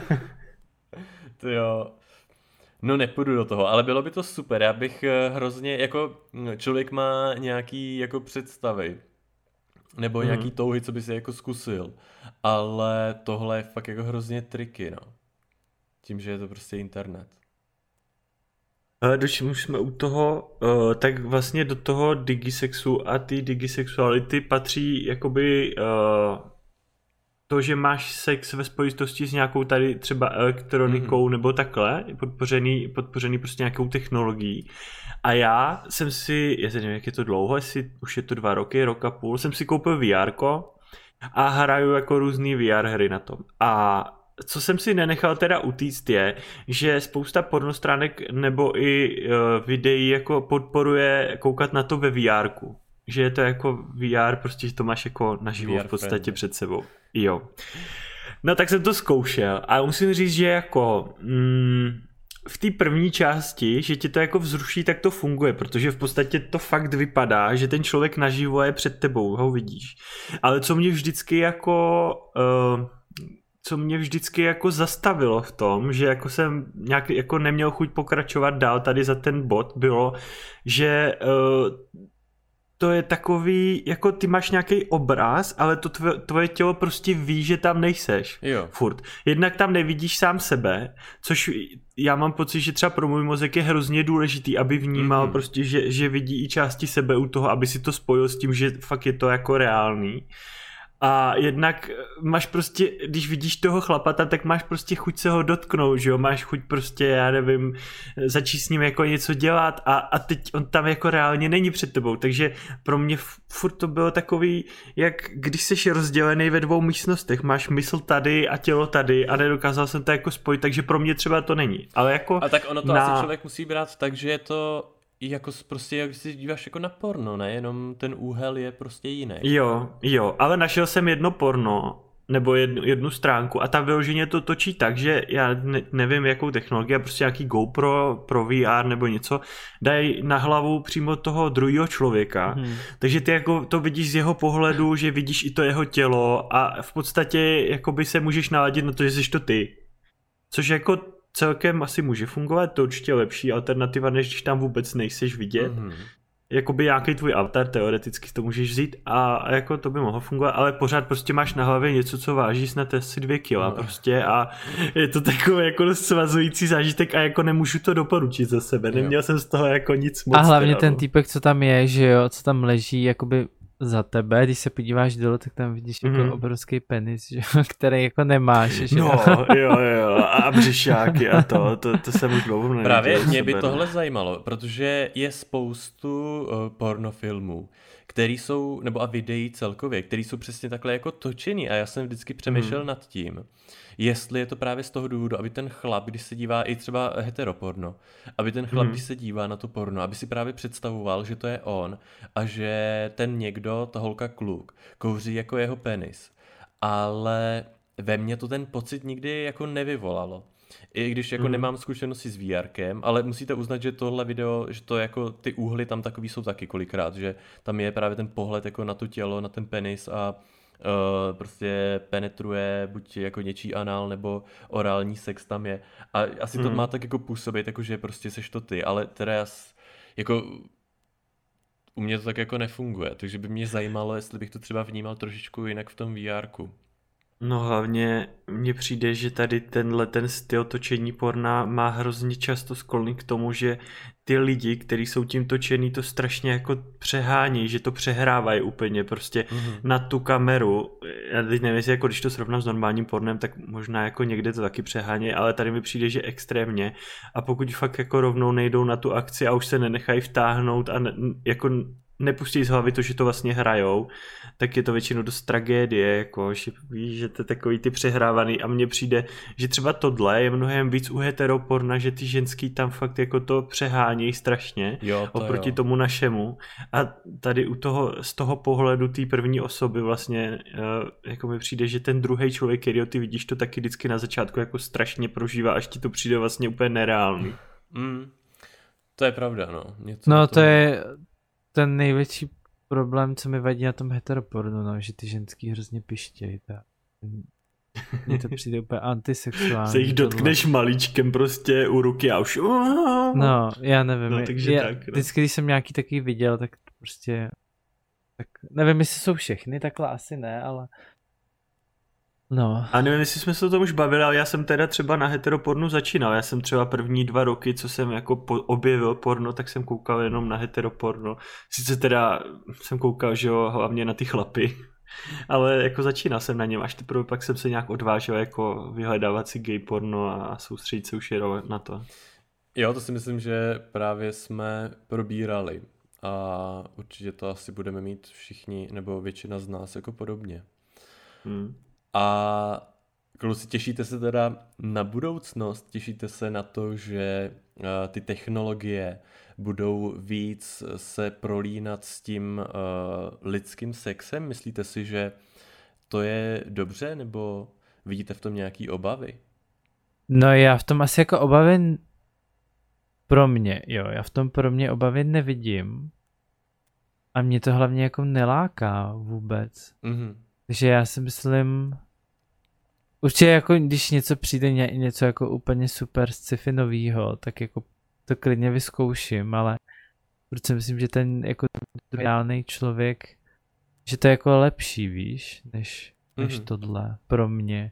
To jo. No nepůjdu do toho, ale bylo by to super. Já bych hrozně, jako člověk má nějaký jako představy. Nebo mm. nějaký touhy, co by si jako zkusil. Ale tohle je fakt jako hrozně triky, no. Tím, že je to prostě internet. Když už jsme u toho, tak vlastně do toho digisexu a ty digisexuality patří jakoby to, že máš sex ve spojitosti s nějakou tady třeba elektronikou mm-hmm. nebo takhle, podpořený, podpořený prostě nějakou technologií. A já jsem si, já nevím, jak je to dlouho, jestli už je to dva roky, rok a půl, jsem si koupil vé érko a hraju jako různý vé er hry na tom. A co jsem si nenechal teda utíct je, že spousta pornostránek nebo i uh, videí jako podporuje koukat na to ve vé érku. Že je to jako vé er, prostě že to máš jako naživo v podstatě friendly. Před sebou. Jo. No tak jsem to zkoušel a musím říct, že jako mm, v té první části, že ti to jako vzruší, tak to funguje, protože v podstatě to fakt vypadá, že ten člověk naživo je před tebou, ho vidíš. Ale co mě vždycky jako... Uh, co mě vždycky jako zastavilo v tom, že jako jsem nějak jako neměl chuť pokračovat dál tady za ten bod, bylo, že uh, to je takový, jako ty máš nějaký obraz, ale to tvoje, tvoje tělo prostě ví, že tam nejseš. Jo. Furt. Jednak tam nevidíš sám sebe, což já mám pocit, že třeba pro můj mozek je hrozně důležitý, aby vnímal mm-hmm. prostě, že, že vidí i části sebe u toho, aby si to spojil s tím, že fakt je to jako reálný. A jednak máš prostě, když vidíš toho chlapata, tak máš prostě chuť se ho dotknout, že jo, máš chuť prostě, já nevím, začít s ním jako něco dělat a, a teď on tam jako reálně není před tebou, takže pro mě furt to bylo takový, jak když seš rozdělený ve dvou místnostech, máš mysl tady a tělo tady a nedokázal jsem to jako spojit, takže pro mě třeba to není, ale jako... A tak ono to na... asi člověk musí brát tak, že je to jako prostě, jak si díváš jako na porno, ne? Jenom ten úhel je prostě jiný. Jo, jo, ale našel jsem jedno porno, nebo jednu, jednu stránku a tam vyloženě to točí tak, že já ne, nevím jakou technologii, prostě nějaký GoPro pro V R nebo něco, dají na hlavu přímo toho druhého člověka, hmm. takže ty jako to vidíš z jeho pohledu, že vidíš i to jeho tělo a v podstatě jakoby se můžeš naladit na to, že jsi to ty. Což jako celkem asi může fungovat, to určitě lepší alternativa, než když tam vůbec nejseš vidět. Mm-hmm. Jakoby nějaký tvůj avatar, teoreticky to můžeš vzít a, a jako to by mohlo fungovat, ale pořád prostě máš na hlavě něco, co váží snad asi dvě kila no. prostě a je to takový jako svazující zážitek a jako nemůžu to doporučit za sebe, neměl jo. jsem z toho jako nic moc. A hlavně teda, ten no. týpek, co tam je, že jo, co tam leží, jakoby za tebe, když se podíváš dolů, tak tam vidíš mm. jako obrovský penis, že? Který jako nemáš. Že? No, jo, jo, a břišáky a to, to, to jsem už dlouho neviděl. Právě mě by tohle zajímalo, protože je spoustu uh, pornofilmů, který jsou, nebo a videí celkově, který jsou přesně takhle jako točený a já jsem vždycky přemýšlel mm. nad tím, jestli je to právě z toho důvodu, aby ten chlap, když se dívá i třeba heteroporno, aby ten chlap, mm. když se dívá na to porno, aby si právě představoval, že to je on a že ten někdo, ta holka kluk, kouří jako jeho penis. Ale ve mně to ten pocit nikdy jako nevyvolalo. I když jako mm. nemám zkušenosti s VRkem, ale musíte uznat, že tohle video, že to jako ty úhly tam takový jsou taky kolikrát, že tam je právě ten pohled jako na to tělo, na ten penis a Uh, prostě penetruje buď jako něčí anál nebo orální sex tam je a asi to mm. má tak jako působit, jako že prostě seš to ty, ale teda jas, jako u mě to tak jako nefunguje, takže by mě zajímalo, jestli bych to třeba vnímal trošičku jinak v tom VRku. No hlavně mně přijde, že tady tenhle ten styl točení porna má hrozně často sklony k tomu, že ty lidi, kteří jsou tím točený, to strašně jako přehání, že to přehrávají úplně prostě mm-hmm. na tu kameru. Já teď nevím, jestli jako když to srovnám s normálním pornem, tak možná jako někde to taky přehání, ale tady mi přijde, že extrémně. A pokud fakt jako rovnou nejdou na tu akci a už se nenechají vtáhnout a ne, jako nepustí z hlavy to, že to vlastně hrajou, tak je to většinou dost tragédie, jako, že víš, že to je takový ty přehrávaný a mně přijde, že třeba tohle je mnohem víc u heteroporna, že ty ženský tam fakt jako to přehánějí strašně jo, to oproti jo. tomu našemu a tady u toho, z toho pohledu té první osoby vlastně jako mi přijde, že ten druhý člověk, který ty vidíš, to taky vždycky na začátku jako strašně prožívá, až ti to přijde vlastně úplně nereálný. Mm, to je pravda, no. Něco no to je ten největší problém, co mi vadí na tom heteropornu, no, že ty ženský hrozně pištějí. Mně to přijde úplně antisexuální. Se jich dotkneš tohle. Malíčkem prostě u ruky a už... No, já nevím. No, takže já, tak, no. Vždycky, když jsem nějaký takový viděl, tak prostě... Tak nevím, jestli jsou všechny, takhle asi ne, ale... No. A nevím, jestli jsme se o tom už bavili, ale já jsem teda třeba na heteropornu začínal. Já jsem třeba první dva roky, co jsem jako po- objevil porno, tak jsem koukal jenom na heteroporno. Sice teda jsem koukal, že jo, hlavně na ty chlapy. Ale jako začínal jsem na něm, až teprve pak jsem se nějak odvážil jako vyhledávat si gay porno a soustředit se už jenom na to. Jo, to si myslím, že právě jsme probírali a určitě to asi budeme mít všichni, nebo většina z nás jako podobně. Hmm. A kluci, těšíte se teda na budoucnost? Těšíte se na to, že uh, ty technologie budou víc se prolínat s tím uh, lidským sexem? Myslíte si, že to je dobře, nebo vidíte v tom nějaký obavy? No já v tom asi jako obavy pro mě, jo, já v tom pro mě obavy nevidím. A mě to hlavně jako neláká vůbec. Mm-hmm. Takže já si myslím, určitě jako když něco přijde ně, něco jako úplně super sci-fi novýho, tak jako to klidně vyzkouším, ale protože myslím, že ten jako reálný člověk, že to je jako lepší, víš, než, než mm-hmm. tohle pro mě.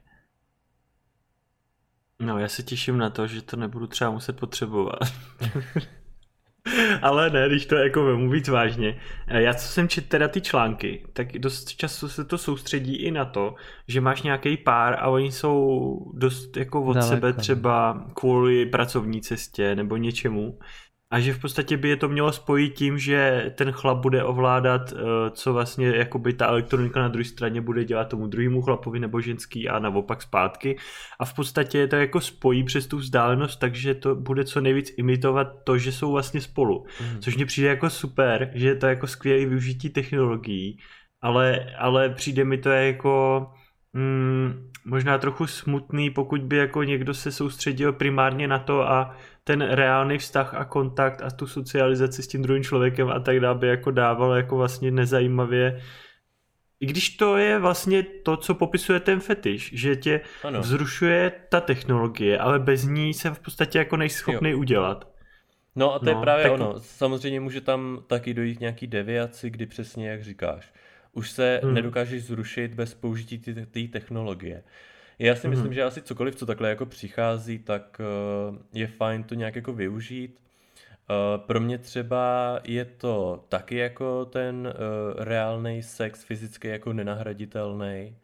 No, já se těším na to, že to nebudu třeba muset potřebovat. Ale ne, když to jako vemu víc vážně. Já co jsem četl teda ty články, tak dost často se to soustředí i na to, že máš nějaký pár a oni jsou dost jako od Daleko. sebe třeba kvůli pracovní cestě nebo něčemu. A že v podstatě by je to mělo spojit tím, že ten chlap bude ovládat, co vlastně jakoby ta elektronika na druhé straně bude dělat tomu druhému chlapovi nebo ženský a naopak zpátky. A v podstatě to jako spojí přes tu vzdálenost, takže to bude co nejvíc imitovat to, že jsou vlastně spolu. Mm. Což mně přijde jako super, že je to jako skvělé využití technologií, ale, ale přijde mi to jako... Mm, možná trochu smutný, pokud by jako někdo se soustředil primárně na to a ten reálný vztah a kontakt a tu socializaci s tím druhým člověkem a tak dále by jako dával jako vlastně nezajímavě. I když to je vlastně to, co popisuje ten fetiš, že tě ano. vzrušuje ta technologie, ale bez ní se v podstatě jako nejsi schopný jo. udělat. No a to no, je právě tak... ono. Samozřejmě může tam taky dojít nějaký deviaci, kdy přesně jak říkáš. Už se hmm. nedokážeš zrušit bez použití té technologie. Já si myslím, hmm. že asi cokoliv, co takhle jako přichází, tak uh, je fajn to nějak jako využít. Uh, pro mě třeba je to taky jako ten uh, reálný sex fyzicky jako nenahraditelný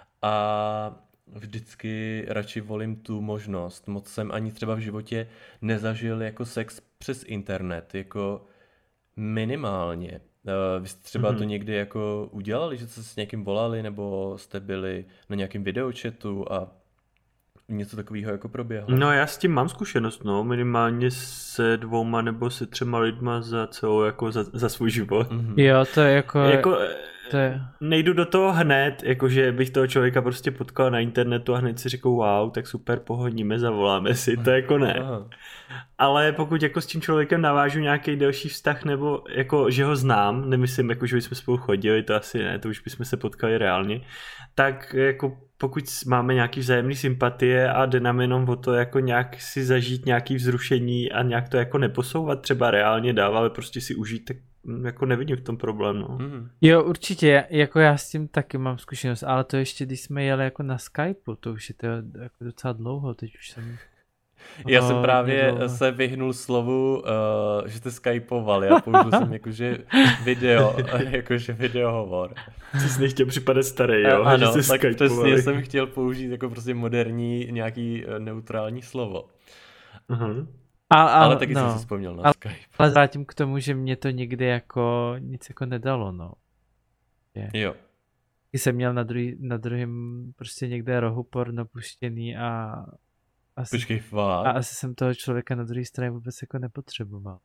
a vždycky radši volím tu možnost. Moc jsem ani třeba v životě nezažil jako sex přes internet, jako minimálně. Uh, vy jste třeba mm-hmm. to někdy jako udělali, že jste s někým volali, nebo jste byli na nějakém videochatu a něco takového jako proběhlo? No já s tím mám zkušenost, no, minimálně se dvouma nebo se třema lidma za celou, jako za, za svůj život. Mm-hmm. Jo, to je jako... jako to je... Nejdu do toho hned, jakože bych toho člověka prostě potkal na internetu a hned si řekl wow, tak super, pohodíme, zavoláme si, to jako ne. Aha. Ale pokud jako s tím člověkem navážu nějaký delší vztah, nebo jako, že ho znám, nemyslím jako, že bychom spolu chodili, to asi ne, to už bychom se potkali reálně, tak jako pokud máme nějaký vzájemný sympatie a jde nám jenom o to jako nějak si zažít nějaký vzrušení a nějak to jako neposouvat třeba reálně dál, ale prostě si užít, tak jako nevidím v tom problém, no. Mm. Jo, určitě, jako já s tím taky mám zkušenost, ale to ještě, když jsme jeli jako na Skypeu, to už je to jako docela dlouho, teď už jsem... Já jsem právě se vyhnul slovu, uh, že jste skypovali a použil jsem jakože video, jakože videohovor. Ty jsi nechtěl připadat starý, jo? A, ano, tak přesně jsem chtěl použít jako prostě moderní nějaký neutrální slovo. Uh-huh. A, a, ale taky no, jsem si vzpomněl na ale, Skype. Ale vrátím k tomu, že mě to nikdy jako nic jako nedalo, no. Je. Jo. Jsem měl na, druhý, na druhém prostě někde rohu porno puštěný a asi, Počkej, fakt? A asi jsem toho člověka na druhé straně vůbec jako nepotřeboval.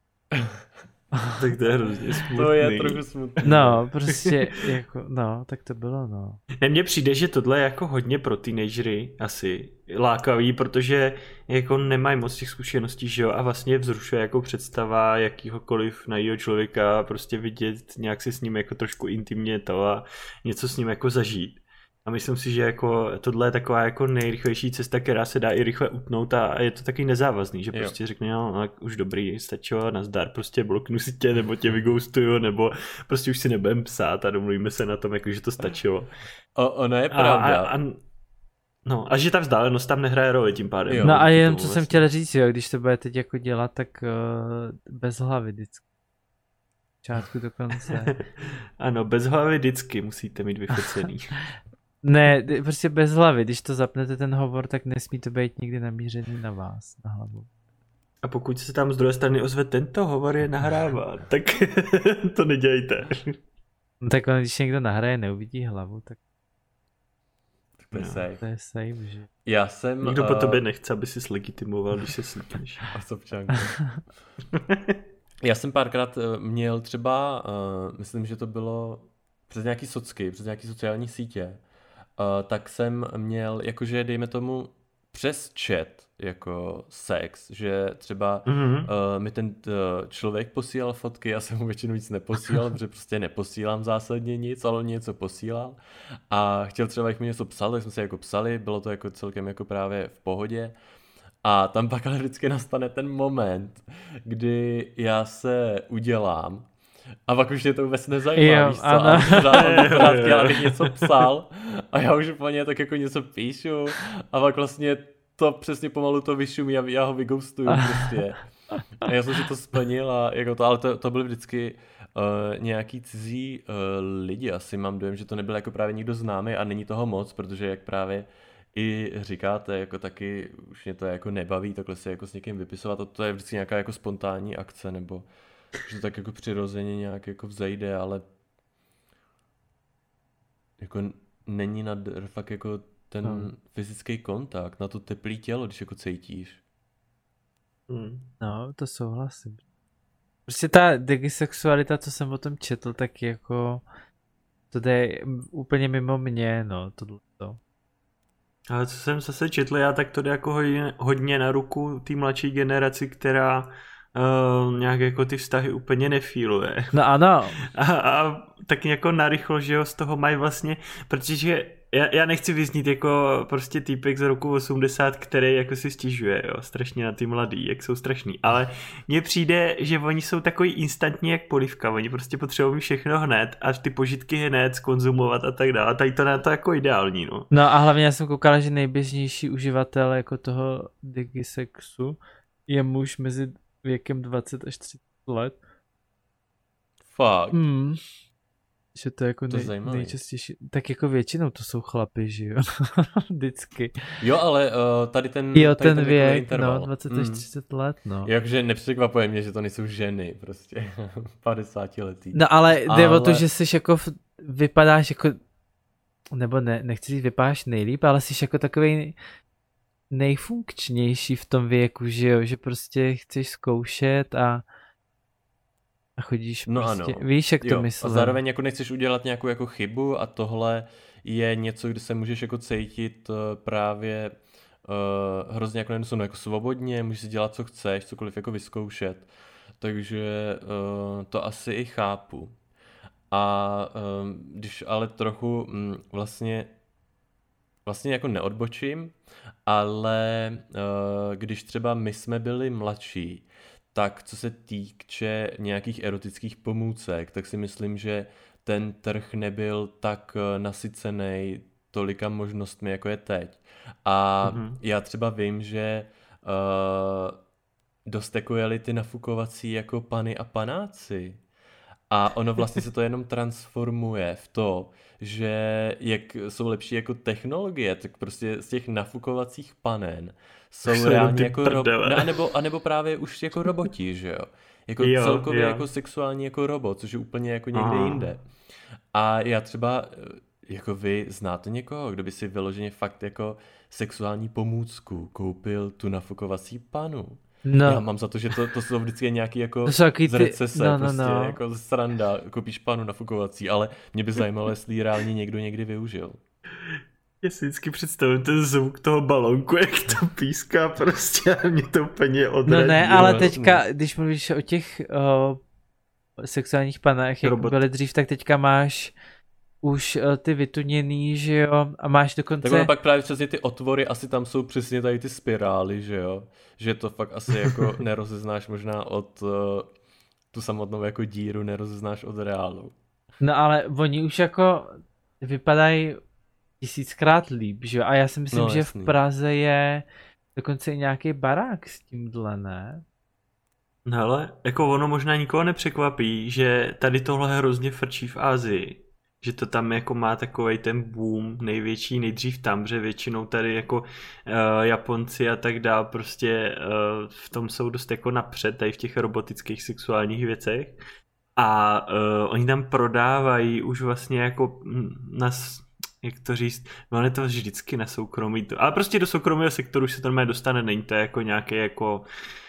Tak to je hrozně smutný. To je trochu smutný. No, prostě jako, no, tak to bylo, no. Mně přijde, že tohle je jako hodně pro teenagery asi lákavý, protože jako nemají moc těch zkušeností, že jo, a vlastně vzrušuje jako představa jakýhokoliv na jeho člověka, prostě vidět, nějak si s ním jako trošku intimně to a něco s ním jako zažít. A myslím si, že jako tohle je taková jako nejrychlejší cesta, která se dá i rychle utnout a je to taky nezávazný, že prostě jo. řekne, no, no už dobrý, stačilo, nazdar, prostě bloknu si tě, nebo tě vygoustuju, nebo prostě už si nebudem psát a domluvíme se na tom, jako, že to stačilo. O, ono je pravda. A, a, a, no, a že ta vzdálenost tam nehraje roli tím pádem. Jo. No a jen co vlastně. Jsem chtěl říct, jo, když to bude teď jako dělat, tak uh, bez hlavy vždycky. Čátku do konce. Ano, bez hlavy vždycky musíte mít vyfocený. Ne, prostě bez hlavy, když to zapnete ten hovor, tak nesmí to být nikdy namířený na vás, na hlavu. A pokud se tam z druhé strany ozve, tento hovor je nahráván, tak to nedělejte. No tak on, když někdo nahraje, neuvidí hlavu, tak... To je no, safe. To je safe, že? Já jsem... Nikdo uh... po tobě nechce, aby si slegitimoval, když se slíkneš. A co občanku. Já jsem párkrát měl třeba, uh, myslím, že to bylo přes nějaký socky, přes nějaký sociální sítě, Uh, tak jsem měl, jakože dejme tomu přes chat jako sex, že třeba mm-hmm. uh, mi ten uh, člověk posílal fotky, já jsem mu většinou nic neposílal, protože prostě neposílám zásadně nic, ale on něco posílal a chtěl třeba, jak mi něco psal, tak jsme se jako psali, bylo to jako celkem jako právě v pohodě a tam pak ale vždycky nastane ten moment, kdy já se udělám a pak už mě to vůbec nezajímá, jo, víš co, a pořád chtěl, abych něco psal a já už po ně tak jako něco píšu a pak vlastně to přesně pomalu to vyšumí a já ho vygoustuju prostě. A já jsem si to splnil, a jako to, ale to, to byly vždycky uh, nějaký cizí uh, lidi. Asi mám dojem, že to nebyl jako právě nikdo známý a není toho moc, protože jak právě i říkáte, jako taky už mě to jako nebaví takhle se jako s někým vypisovat, a to je vždycky nějaká jako spontánní akce, nebo že to tak jako přirozeně nějak jako vzejde, ale jako není nad fakt jako ten hmm. fyzický kontakt, na to teplý tělo, když jako cítíš. Hmm. No, to souhlasím. Prostě ta digisexualita, co jsem o tom četl, tak jako to jde úplně mimo mě, no, tohleto. Ale co jsem zase četl já, tak to jde jako hodně, hodně na ruku té mladší generaci, která uh, nějak jako ty vztahy úplně nefíluje. No ano. A, a tak jako narychlo, že jo, z toho mají vlastně, protože já, já nechci vyznít jako prostě týpek z roku osmdesát, který jako si stěžuje, jo, strašně na ty mladý, jak jsou strašný, ale mně přijde, že oni jsou takový instantní jak polivka, oni prostě potřebují všechno hned a ty požitky hned skonzumovat a tak dále, tady to na to jako ideální, no. No a hlavně já jsem koukal, že nejběžnější uživatel jako toho digisexu je muž mezi věkem dvacet až třicet let. Fakt. Hmm. Že to je jako to nej, nejčastější. Tak jako většinou to jsou chlapy, že jo? Vždycky. Jo, ale uh, tady ten Jo, tady ten, ten věk, interval. no, dvacet až třicet mm. let, no. Jakže nepřekvapuje mě, že to nejsou ženy, prostě. padesátiletý. No ale jde ale... o to, že jsi jako, vypadáš jako, nebo ne, nechci říct, vypadáš nejlíp, ale jsi jako takovej nejfunkčnější v tom věku, že jo? Že prostě chceš zkoušet a A chodíš no prostě, ano. Víš, jak to jo. myslím. A zároveň jako nechceš udělat nějakou jako chybu a tohle je něco, kde se můžeš jako cítit uh, právě uh, hrozně jako nedosunou, jako svobodně, můžeš si dělat, co chceš, cokoliv jako vyzkoušet. Takže uh, to asi i chápu. A uh, když ale trochu mm, vlastně vlastně jako neodbočím, ale uh, když třeba my jsme byli mladší, tak co se týče nějakých erotických pomůcek, tak si myslím, že ten trh nebyl tak nasycený tolika možnostmi, jako je teď. A mm-hmm. já třeba vím, že uh, dost jako jeli ty nafukovací jako pany a panáci. A ono vlastně se to jenom transformuje v to, že jak jsou lepší jako technologie, tak prostě z těch nafukovacích panen jsou reálně jako ro- no, anebo, anebo právě už jako roboti, že jo? Jako jo, celkově jo. Jako sexuální jako robot, což je úplně jako někde Aha. jinde. A já třeba, jako vy znáte někoho, kdo by si vyloženě fakt jako sexuální pomůcku koupil tu nafukovací panu? No. Já mám za to, že to, to jsou vždycky nějaký jako z recese, no, no, prostě no. jako sranda, koupíš panu nafukovací, ale mě by zajímalo, jestli reálně někdo někdy využil. Já si vždycky představím ten zvuk toho balonku, jak to píská prostě a mě to úplně odradí. No ne, ale teďka, když mluvíš o těch uh, sexuálních panách, jak Robot. byly dřív, tak teďka máš už uh, ty vytuněný, že jo, a máš dokonce... Tak pak právě přesně ty otvory, asi tam jsou přesně tady ty spirály, že jo, že to fakt asi jako nerozeznáš možná od uh, tu samotnou jako díru, nerozeznáš od reálu. No ale oni už jako vypadají tisíckrát líp, že jo, a já si myslím, no, že jasný. V Praze je dokonce i nějaký barák s tímhle, ne? No ale, jako ono možná nikoho nepřekvapí, že tady tohle hrozně frčí v Asii. Že to tam jako má takovej ten boom největší nejdřív tam, že většinou tady jako uh, Japonci a tak dál prostě uh, v tom jsou dost jako napřed tady v těch robotických sexuálních věcech a uh, oni tam prodávají už vlastně jako na, jak to říct, no je to vždycky na soukromí, ale prostě do soukromého sektoru už se to normálně dostane, není to jako nějaké jako...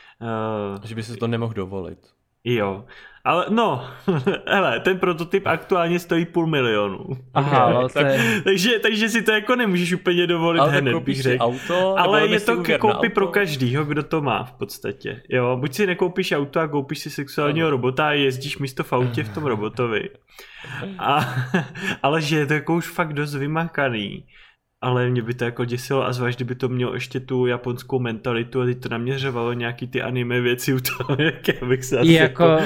Uh, že by se to nemohl dovolit. Jo, ale no, hele, ten prototyp aktuálně stojí půl milionu. Aha, okay. tak, je... takže, takže si to jako nemůžeš úplně dovolit ale hned, bych řekl. Auto, ale je to ke koupi pro každýho, kdo to má v podstatě. Jo, buď si nekoupíš auto a koupíš si sexuálního robota a jezdíš místo v autě v tom robotovi. A, ale že je to jako už fakt dost vymakaný. Ale mě by to jako děsilo a zvlášť, kdyby to mělo ještě tu japonskou mentalitu a teď to naměřovalo nějaký ty anime věci u toho, jak já bych se asi jako... jako...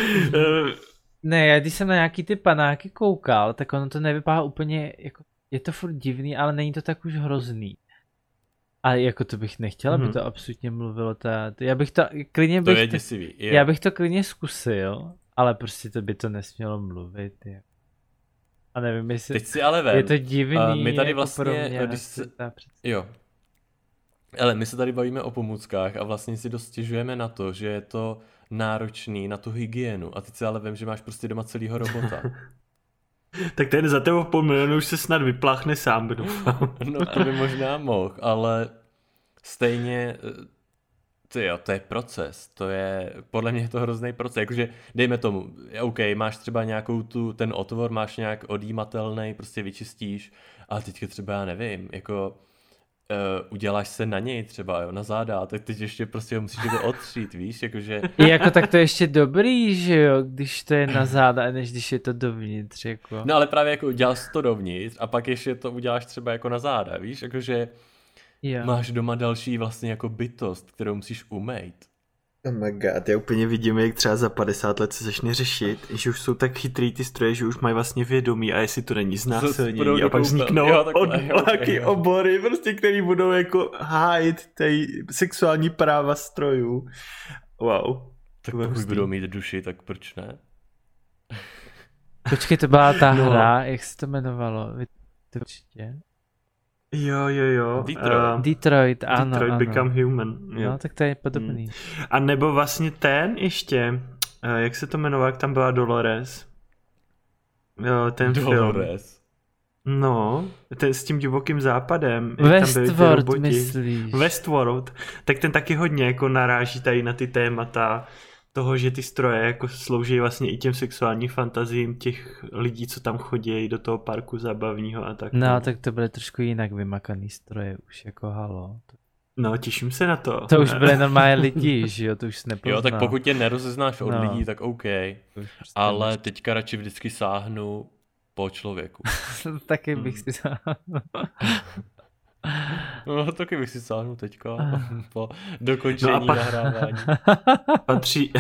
Ne, já když jsem na nějaký ty panáky koukal, tak ono to nevypadá úplně jako... Je to furt divný, ale není to tak už hrozný. A jako to bych nechtěla, aby Mhm. to absolutně mluvilo. Ta, já bych to klidně To bych je to, děsivý. Je. já bych to klidně zkusil, ale prostě to by to nesmělo mluvit. Jak. A nevím, jestli Teď si ale vem. je to divný. a my tady jako vlastně, pro mě, když asi se- ta představa. Jo. Ale my se tady bavíme o pomůckách a vlastně si dost stěžujeme na to, že je to náročný na tu hygienu. A teď si ale vem, že máš prostě doma celýho robota. Tak ten za tebou půl milionu už se snad vypláchne sám, doufám. No to by možná mohl, ale stejně, ty jo, to je proces, to je, podle mě je to hrozný proces, jakože dejme tomu, OK, máš třeba nějakou tu, ten otvor máš nějak odjímatelný, prostě vyčistíš, ale teďka třeba já nevím, jako uh, uděláš se na něj třeba, jo, na záda, tak teď ještě prostě ho musíš jako otřít, víš, jakože Je jako tak to je ještě dobrý, že jo, když to je na záda, než když je to dovnitř, jako. no ale právě jako uděláš to dovnitř a pak ještě to uděláš třeba jako na záda, víš, jakože Jo. máš doma další vlastně jako bytost, kterou musíš umýt. Oh my god, já úplně vidím, jak třeba za padesát let se začne řešit, že už jsou tak chytrý ty stroje, že už mají vlastně vědomí a jestli to není budou znásilnění do a pak koupel. vzniknou Jo, takhle, od, jo, nějaký jo. obory, prostě, který budou jako hájit tej sexuální práva strojů. Wow. Tak To bude pokud hustý. budou mít duši, tak proč ne? Počkej, to byla ta No. hra, jak se to jmenovalo? Vy to určitě? Jo, jo, jo. Detroit. Uh, Detroit, ano, Detroit ano. Become Human. Jo. No, tak to je podobný. A nebo vlastně ten ještě, uh, jak se to jmenoval, jak tam byla Dolores? Jo, ten film. Dolores. No, ten s tím divokým západem. jak tam byli ty Westworld, roboti. myslíš? Westworld. Tak ten taky hodně jako naráží tady na ty témata toho, že ty stroje jako slouží vlastně i těm sexuálním fantazím těch lidí, co tam chodí do toho parku zábavního a tak. No, tak to byly trošku jinak vymakaný stroje, už jako halo. To, No, těším se na to. to už byly normálně lidi, že jo, to už jsi nepoznal. Jo, tak pokud tě nerozeznáš od No. lidí, tak OK. To už prostě Ale teďka radši vždycky sáhnu po člověku. taky bych si No, taky bych si sáhnul teďka po dokončení No a pak- nahrávání. Patří...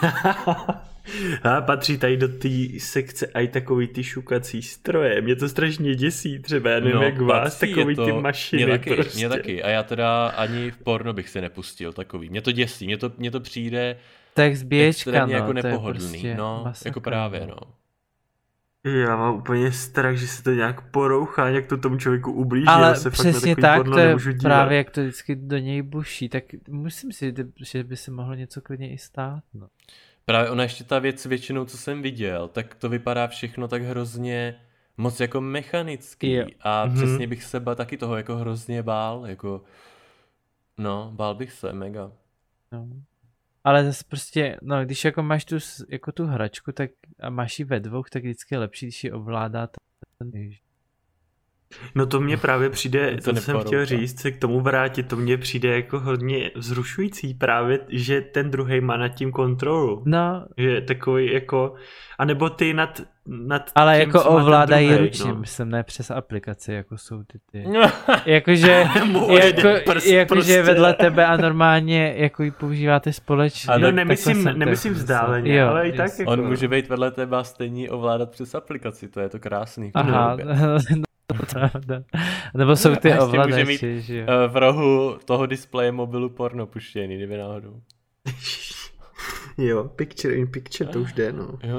A patří tady do té sekce i takový ty šukací stroje. Mě to strašně děsí, třeba já nevím, No, jak vás, patří, takový je ty to- mašiny Mě taky, prostě. mě taky. A já teda ani v porno bych se nepustil takový. Mě to děsí, mě to, mě to přijde tak zbíječka, extrémně no, jako to je nepohodlný. prostě No, masakr, jako právě, no. Já mám úplně strach, že se to nějak porouchá, jak to tomu člověku ublíží. Ale já se fakt na přesně takový tak, porno to je nemůžu dívat. právě jak to vždycky do něj buší, tak myslím si, že by se mohlo něco klidně i stát. No. Právě ona ještě ta věc většinou, co jsem viděl, tak to vypadá všechno tak hrozně moc jako mechanický. Jo. A Mhm. přesně bych se ba, taky toho jako hrozně bál, jako no, bál bych se, mega. No. Ale zase prostě, no když jako máš tu, s- jako tu hračku, tak a máš ji ve dvou, tak vždycky je lepší, když ji ovládá ten jež. No to mně právě přijde, To to, co jsem neporouchá. chtěl říct, se k tomu vrátit, to mně přijde jako hodně vzrušující právě, že ten druhej má nad tím kontrolu. No, Že je takový jako, anebo ty nad, nad ale tím, jako co má ten ovládají druhej, ručně, no. myslím, ne přes aplikaci, jako jsou ty ty. Jakože, Mu ujede jako, prst jakože prostě. vedle tebe a normálně jako ji používáte společně. A No tak nemyslím, takhle jsem to nemyslím myslel. vzdáleně, Jo, ale i tak jasně. jako. On může být vedle tebe a stejně ovládat přes aplikaci, to je to krásný. v té Aha, době. no, to je pravda. Nebo jsou ty A ještě může ovladači, mít, že jo. Eh, v rohu toho displeje mobilu porno puštěný, kdyby náhodou. Jo, picture in picture, to už jde, no. Jo,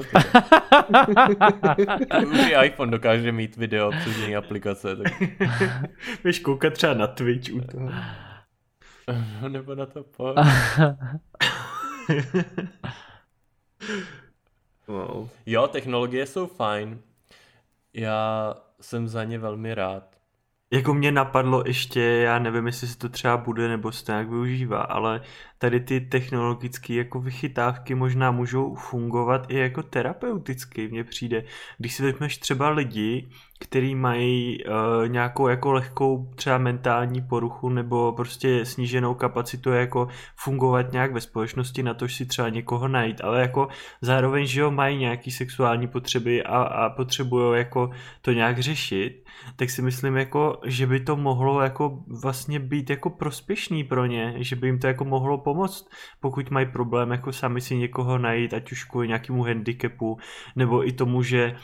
už i iPhone dokáže mít video přes jiné aplikace, tak Víš, koukat třeba na Twitch u toho. nebo na to po. Wow. Jo, technologie jsou fajn. Já jsem za ně velmi rád. Jako mě napadlo ještě, já nevím, jestli se to třeba bude nebo se to nějak využívá, ale tady ty technologické jako vychytávky možná můžou fungovat i jako terapeuticky, mně přijde. Když si vezmeš třeba lidi, kteří mají uh, nějakou jako lehkou třeba mentální poruchu nebo prostě sníženou kapacitu jako fungovat nějak ve společnosti, na to si třeba někoho najít, ale jako zároveň, že jo, mají nějaký sexuální potřeby a, a potřebují jako to nějak řešit, tak si myslím jako, že by to mohlo jako vlastně být jako prospěšný pro ně, že by jim to jako mohlo pomoct, pokud mají problém jako sami si někoho najít, ať už kvůli nějakému handicapu, nebo i tomu, že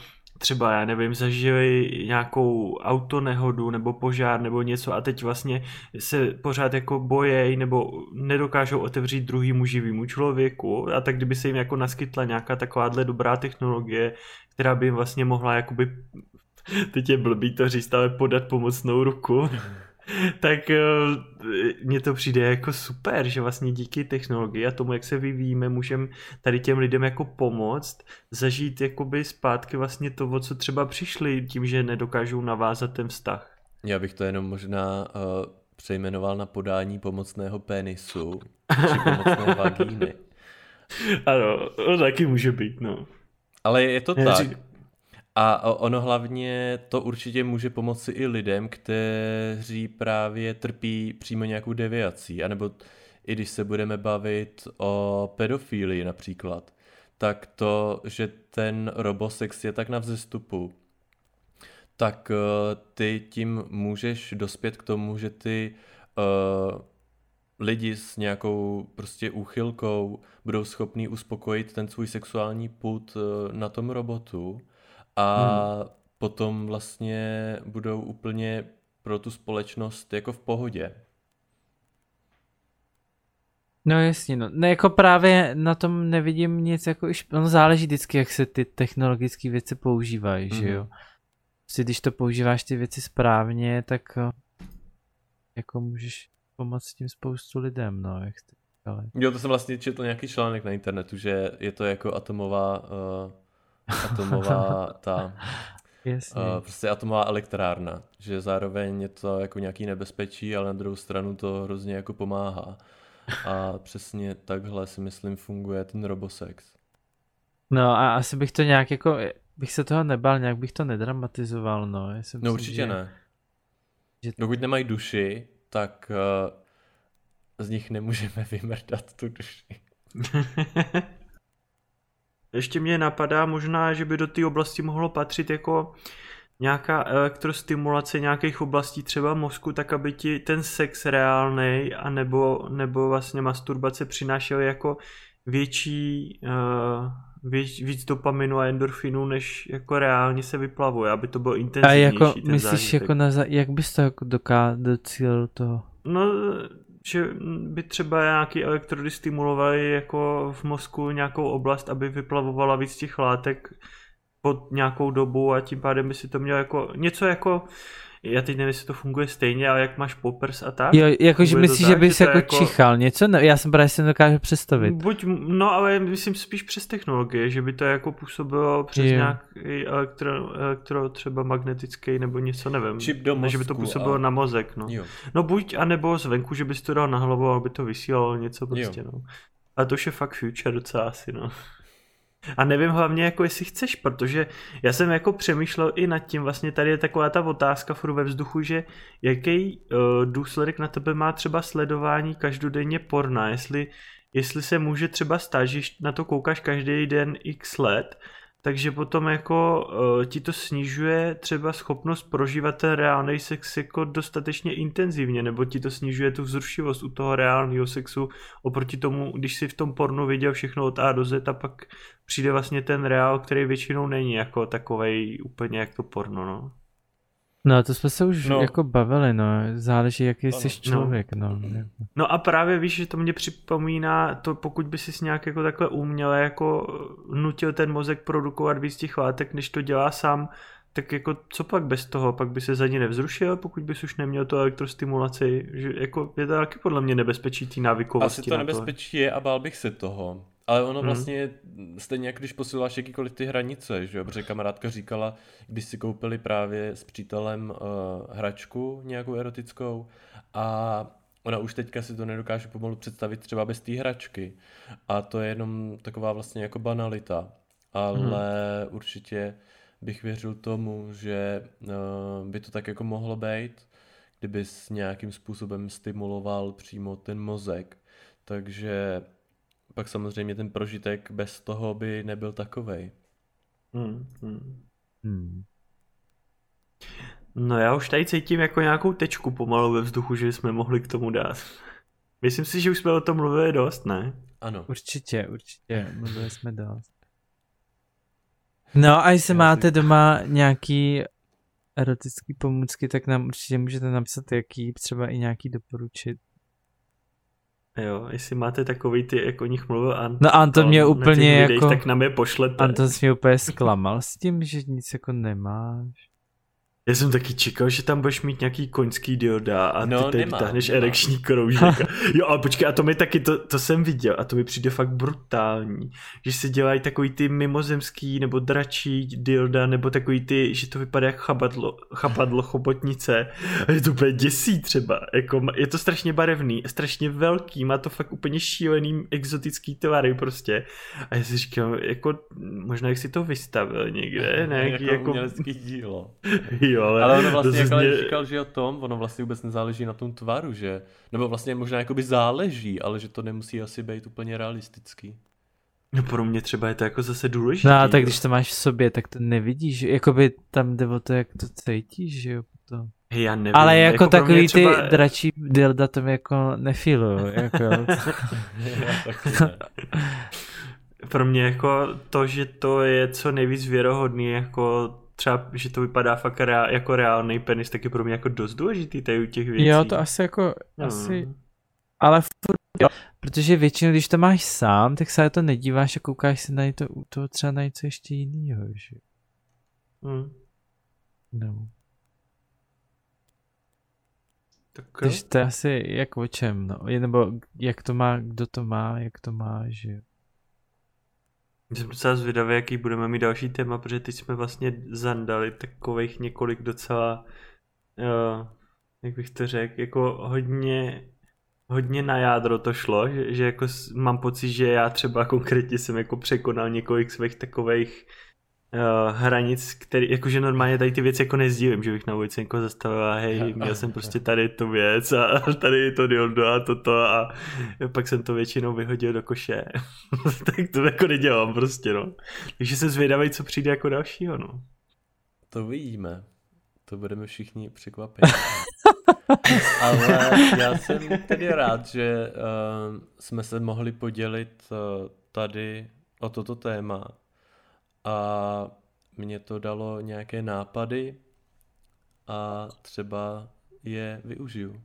třeba, já nevím, zažili nějakou autonehodu nebo požár nebo něco a teď vlastně se pořád jako bojejí nebo nedokážou otevřít druhýmu živýmu člověku a tak kdyby se jim jako naskytla nějaká takováhle dobrá technologie, která by jim vlastně mohla jakoby, teď je blbý to říct, ale podat pomocnou ruku, tak mně to přijde jako super, že vlastně díky technologii a tomu, jak se vyvíjíme, můžeme tady těm lidem jako pomoct zažít jakoby zpátky vlastně to, o co třeba přišli tím, že nedokážou navázat ten vztah. Já bych to jenom možná uh, přejmenoval na podání pomocného penisu či pomocné vagíny. Ano, to taky může být, no. Ale je to Já tak. řík... A ono hlavně to určitě může pomoci i lidem, kteří právě trpí přímo nějakou deviací, anebo i když se budeme bavit o pedofílii například, tak to, že ten robosex je tak na vzestupu, tak uh, ty tím můžeš dospět k tomu, že ty uh, lidi s nějakou prostě úchylkou budou schopní uspokojit ten svůj sexuální pud uh, na tom robotu a hmm. potom vlastně budou úplně pro tu společnost jako v pohodě. No jasně, no. Ne, jako právě na tom nevidím nic, jako iš... ono záleží vždycky, jak se ty technologické věci používají, mm-hmm. že jo. Prostě když to používáš ty věci správně, tak jako můžeš pomoct tím spoustu lidem, no, jak jste říkali. Jo, to jsem vlastně četl nějaký článek na internetu, že je to jako atomová, uh, atomová ta, Jasně. uh, prostě atomová elektrárna, že zároveň je to jako nějaký nebezpečí, ale na druhou stranu to hrozně jako pomáhá. A přesně takhle si myslím funguje ten robosex. No a asi bych to nějak jako, bych se toho nebál, nějak bych to nedramatizoval, no. Já jsem no si, určitě že... ne. Že... Dokud nemají duši, tak uh, z nich nemůžeme vymrdat tu duši. Ještě mě napadá možná, že by do té oblasti mohlo patřit jako nějaká elektrostimulace nějakých oblastí třeba mozku, tak aby ti ten sex reálnej a nebo, nebo vlastně masturbace přinášel jako větší, uh, věč, víc dopaminu a endorfinu, než jako reálně se vyplavuje, aby to bylo intenzivnější. A jako ten myslíš, zážitek. jako na, jak bys to jako doká, docílil toho? No, že by třeba nějaký elektrody stimulovali jako v mozku nějakou oblast, aby vyplavovala víc těch látek pod nějakou dobu a tím pádem by si to mělo jako něco jako, já teď nevím, jestli to funguje stejně, ale jak máš poppers a tak. Jo, jakože myslíš, že bys že jako, jako čichal něco? No, já jsem právě si nedokážu představit. Buď, no ale myslím spíš přes technologie, že by to jako působilo přes jo. nějaký elektro, elektro třeba magnetický nebo něco, nevím. Čip do mozku, že by to působilo a... na mozek, no. Jo. No buď, anebo zvenku, že bys to dal na hlavu, aby to vysílalo něco prostě, jo. no. A to už je fakt future docela asi, no. A nevím hlavně, jako jestli chceš, protože já jsem jako přemýšlel i nad tím, vlastně tady je taková ta otázka furt ve vzduchu, že jaký uh, důsledek na tebe má třeba sledování každodenně porna, jestli, jestli se může třeba stát, že na to koukáš každý den x let, takže potom jako uh, ti to snižuje třeba schopnost prožívat ten reálný sex jako dostatečně intenzivně, nebo ti to snižuje tu vzrušivost u toho reálného sexu oproti tomu, když si v tom pornu viděl všechno od A do Z a pak přijde vlastně ten reál, který většinou není jako takovej úplně jak to porno, no. No to jsme se už no. jako bavili, no, záleží jaký jsi člověk, no. No a právě víš, že to mě připomíná to, pokud by si nějak jako takhle uměle jako nutil ten mozek produkovat víc těch látek, než to dělá sám, tak jako co pak bez toho, pak by se za ní nevzrušil, pokud bys už neměl tu elektrostimulaci, že jako je to taky podle mě nebezpečí té návykovosti. Asi to nebezpečí je a bál bych se toho. Ale ono vlastně hmm. stejně jak když posiláš jakýkoliv ty hranice, že jo, protože kamarádka říkala, když si koupili právě s přítelem uh, hračku nějakou erotickou a ona už teďka si to nedokáže pomalu představit třeba bez té hračky a to je jenom taková vlastně jako banalita, ale hmm. určitě bych věřil tomu, že uh, by to tak jako mohlo být, kdybys nějakým způsobem stimuloval přímo ten mozek, takže pak samozřejmě ten prožitek bez toho by nebyl takovej. Hmm, hmm. Hmm. No já už tady cítím jako nějakou tečku pomalu ve vzduchu, že jsme mohli k tomu dát. Myslím si, že už jsme o tom mluvili dost, ne? Ano. Určitě, určitě, mluvili jsme dost. No a jestli máte doma nějaký erotický pomůcky, tak nám určitě můžete napsat, jaký třeba i nějaký doporučit. Jo, jestli máte takový ty, jak o nich mluvil Anton. No Anton mě úplně videích, jako... tak nám je pošlete. Anton mě úplně zklamal s tím, že nic jako nemáš. Já jsem taky čekal, že tam budeš mít nějaký koňský dioda a ty no, tady nemám, vytáhneš nemám. erekční kroužek. Jo, ale počkej, a to mi taky, to, to jsem viděl a to mi přijde fakt brutální. Že se dělají takový ty mimozemský nebo dračí dilda, nebo takový ty, že to vypadá jak chapadlo, chapadlo chobotnice. A je to úplně děsí třeba. Jako, je to strašně barevný, strašně velký, má to fakt úplně šílený exotický tvary prostě. A já si říkám, jako možná jak si to vystavil někde, ne? jako, jako umělecký dílo. Jo, ale, ale ono vlastně, jak mě... říkal, že o tom, ono vlastně vůbec nezáleží na tom tvaru, že, nebo vlastně možná jakoby záleží, ale že to nemusí asi být úplně realistický. No pro mě třeba je to jako zase důležitý. No a tak když to máš v sobě, tak to nevidíš, jakoby tam jde o to, jak to cítíš, že jo, potom. Hey, já nevím. Ale jako, jako takový třeba... ty dračí dilda to jako nefiluju, jako. Pro mě jako to, že to je co nejvíc věrohodný, jako třeba, že to vypadá fakt reál, jako reálný penis, tak je pro mě jako dost důležitý tady u těch věcí. Jo, to asi jako, no. asi, ale furt, jo, protože většinou, když to máš sám, tak se na to nedíváš a koukáš se na to, u toho třeba na něco ještě jinýho, že? Hmm. No. Tak Takže to je asi jak o čem, no, nebo jak to má, kdo to má, jak to má, že jsem docela zvědavý, jaký budeme mít další téma, protože teď jsme vlastně zandali takových několik docela, uh, jak bych to řekl, jako hodně, hodně na jádro to šlo, že, že jako mám pocit, že já třeba konkrétně jsem jako překonal několik svých takových uh, hranic, který, jakože normálně tady ty věci jako nezdílím, že bych na ulici jako zastavil a hej, měl jsem prostě tady tu věc a tady to dildo a toto a pak jsem to většinou vyhodil do koše. Tak to jako nedělám prostě, no. Takže jsem zvědavý, co přijde jako dalšího, no. To vidíme. To budeme všichni překvapeni. Ale já jsem tedy rád, že uh, jsme se mohli podělit uh, tady o toto téma. A mě to dalo nějaké nápady a třeba je využiju.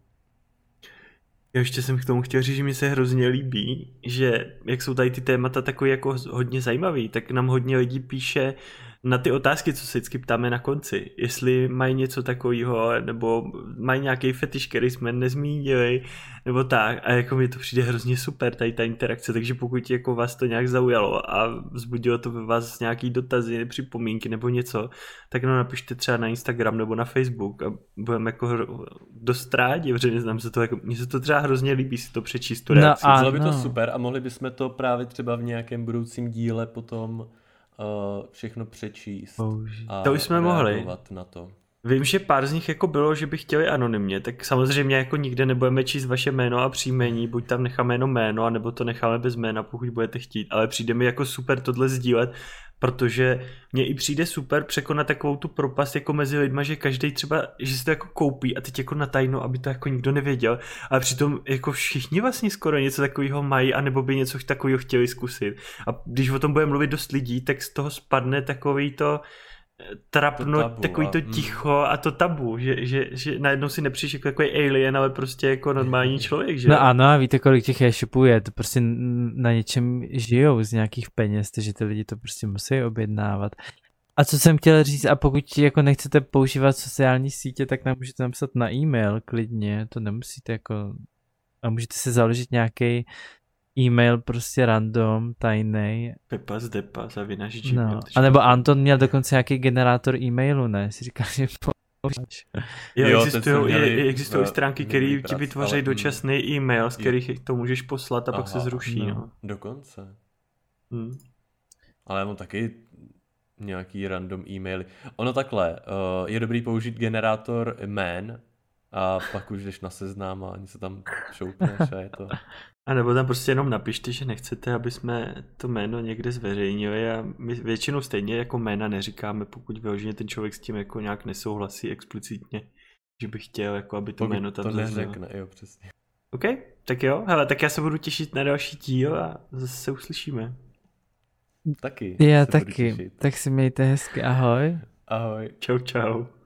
Já ještě jsem k tomu chtěl říct, že mi se hrozně líbí, že jak jsou tady ty témata takový jako hodně zajímavý, tak nám hodně lidí píše na ty otázky, co se vždycky ptáme na konci. Jestli mají něco takového, nebo mají nějaký fetiš, který jsme nezmínili, nebo tak. A jako mi to přijde hrozně super, tady ta interakce, takže pokud jako vás to nějak zaujalo a vzbudilo to ve vás nějaký dotazy, připomínky nebo něco, tak no napište třeba na Instagram nebo na Facebook a budeme jako dost rádi, protože nám se to jako, mně se to třeba hrozně líbí si to přečíst tu reakci. No, bylo by to super a mohli bychom to právě třeba v nějakém budoucím díle potom Uh, všechno přečíst Bože. a to už jsme mohli na to. Vím, že pár z nich jako bylo, že by chtěli anonymně, tak samozřejmě jako nikde nebudeme číst vaše jméno a příjmení, buď tam necháme jenom jméno, anebo to necháme bez jména, pokud budete chtít, ale přijde mi jako super tohle sdílet, protože mně i přijde super překonat takovou tu propast jako mezi lidma, že každý třeba, že si to jako koupí a teď jako na tajno, aby to jako nikdo nevěděl, ale přitom jako všichni vlastně skoro něco takového mají, anebo by něco takového chtěli zkusit. A když o tom bude mluvit dost lidí, tak z toho spadne takový to trapno, to takový to ticho a to tabu, že, že, že najednou si nepřijdeš jako takový alien, ale prostě jako normální člověk, že? No ano, a víte, kolik těch e-shopů je, to prostě na něčem žijou z nějakých peněz, takže ty lidi to prostě musí objednávat. A co jsem chtěl říct, a pokud jako nechcete používat sociální sítě, tak nám můžete napsat na e-mail klidně, to nemusíte jako, a můžete si založit nějaký e-mail prostě random, tajnej. Pepa z depa, zavinač no. A nebo Anton měl dokonce nějaký generátor e-mailu, ne? Si říkal, že používáš. Jo, existují, existují stránky, které ti vytvoří dočasný e-mail, z kterých to můžeš poslat a aha, pak se zruší. No. No. Dokonce. Hmm. Ale já mám taky nějaký random e-maily. Ono takhle, uh, je dobrý použít generátor jmén a pak už jdeš na seznam a ani se tam šoupneš a je to... A nebo tam prostě jenom napište, že nechcete, aby jsme to jméno někde zveřejnili a my většinou stejně jako jména neříkáme, pokud vyloženě ten člověk s tím jako nějak nesouhlasí explicitně, že by chtěl, jako aby to pokud jméno tam to zaznělo. neřekne, jo, přesně. OK, tak jo, hele, tak já se budu těšit na další díl a zase se uslyšíme. Taky. Já se budu taky. těšit. Tak si mějte hezky. Ahoj. Ahoj. Čau, čau.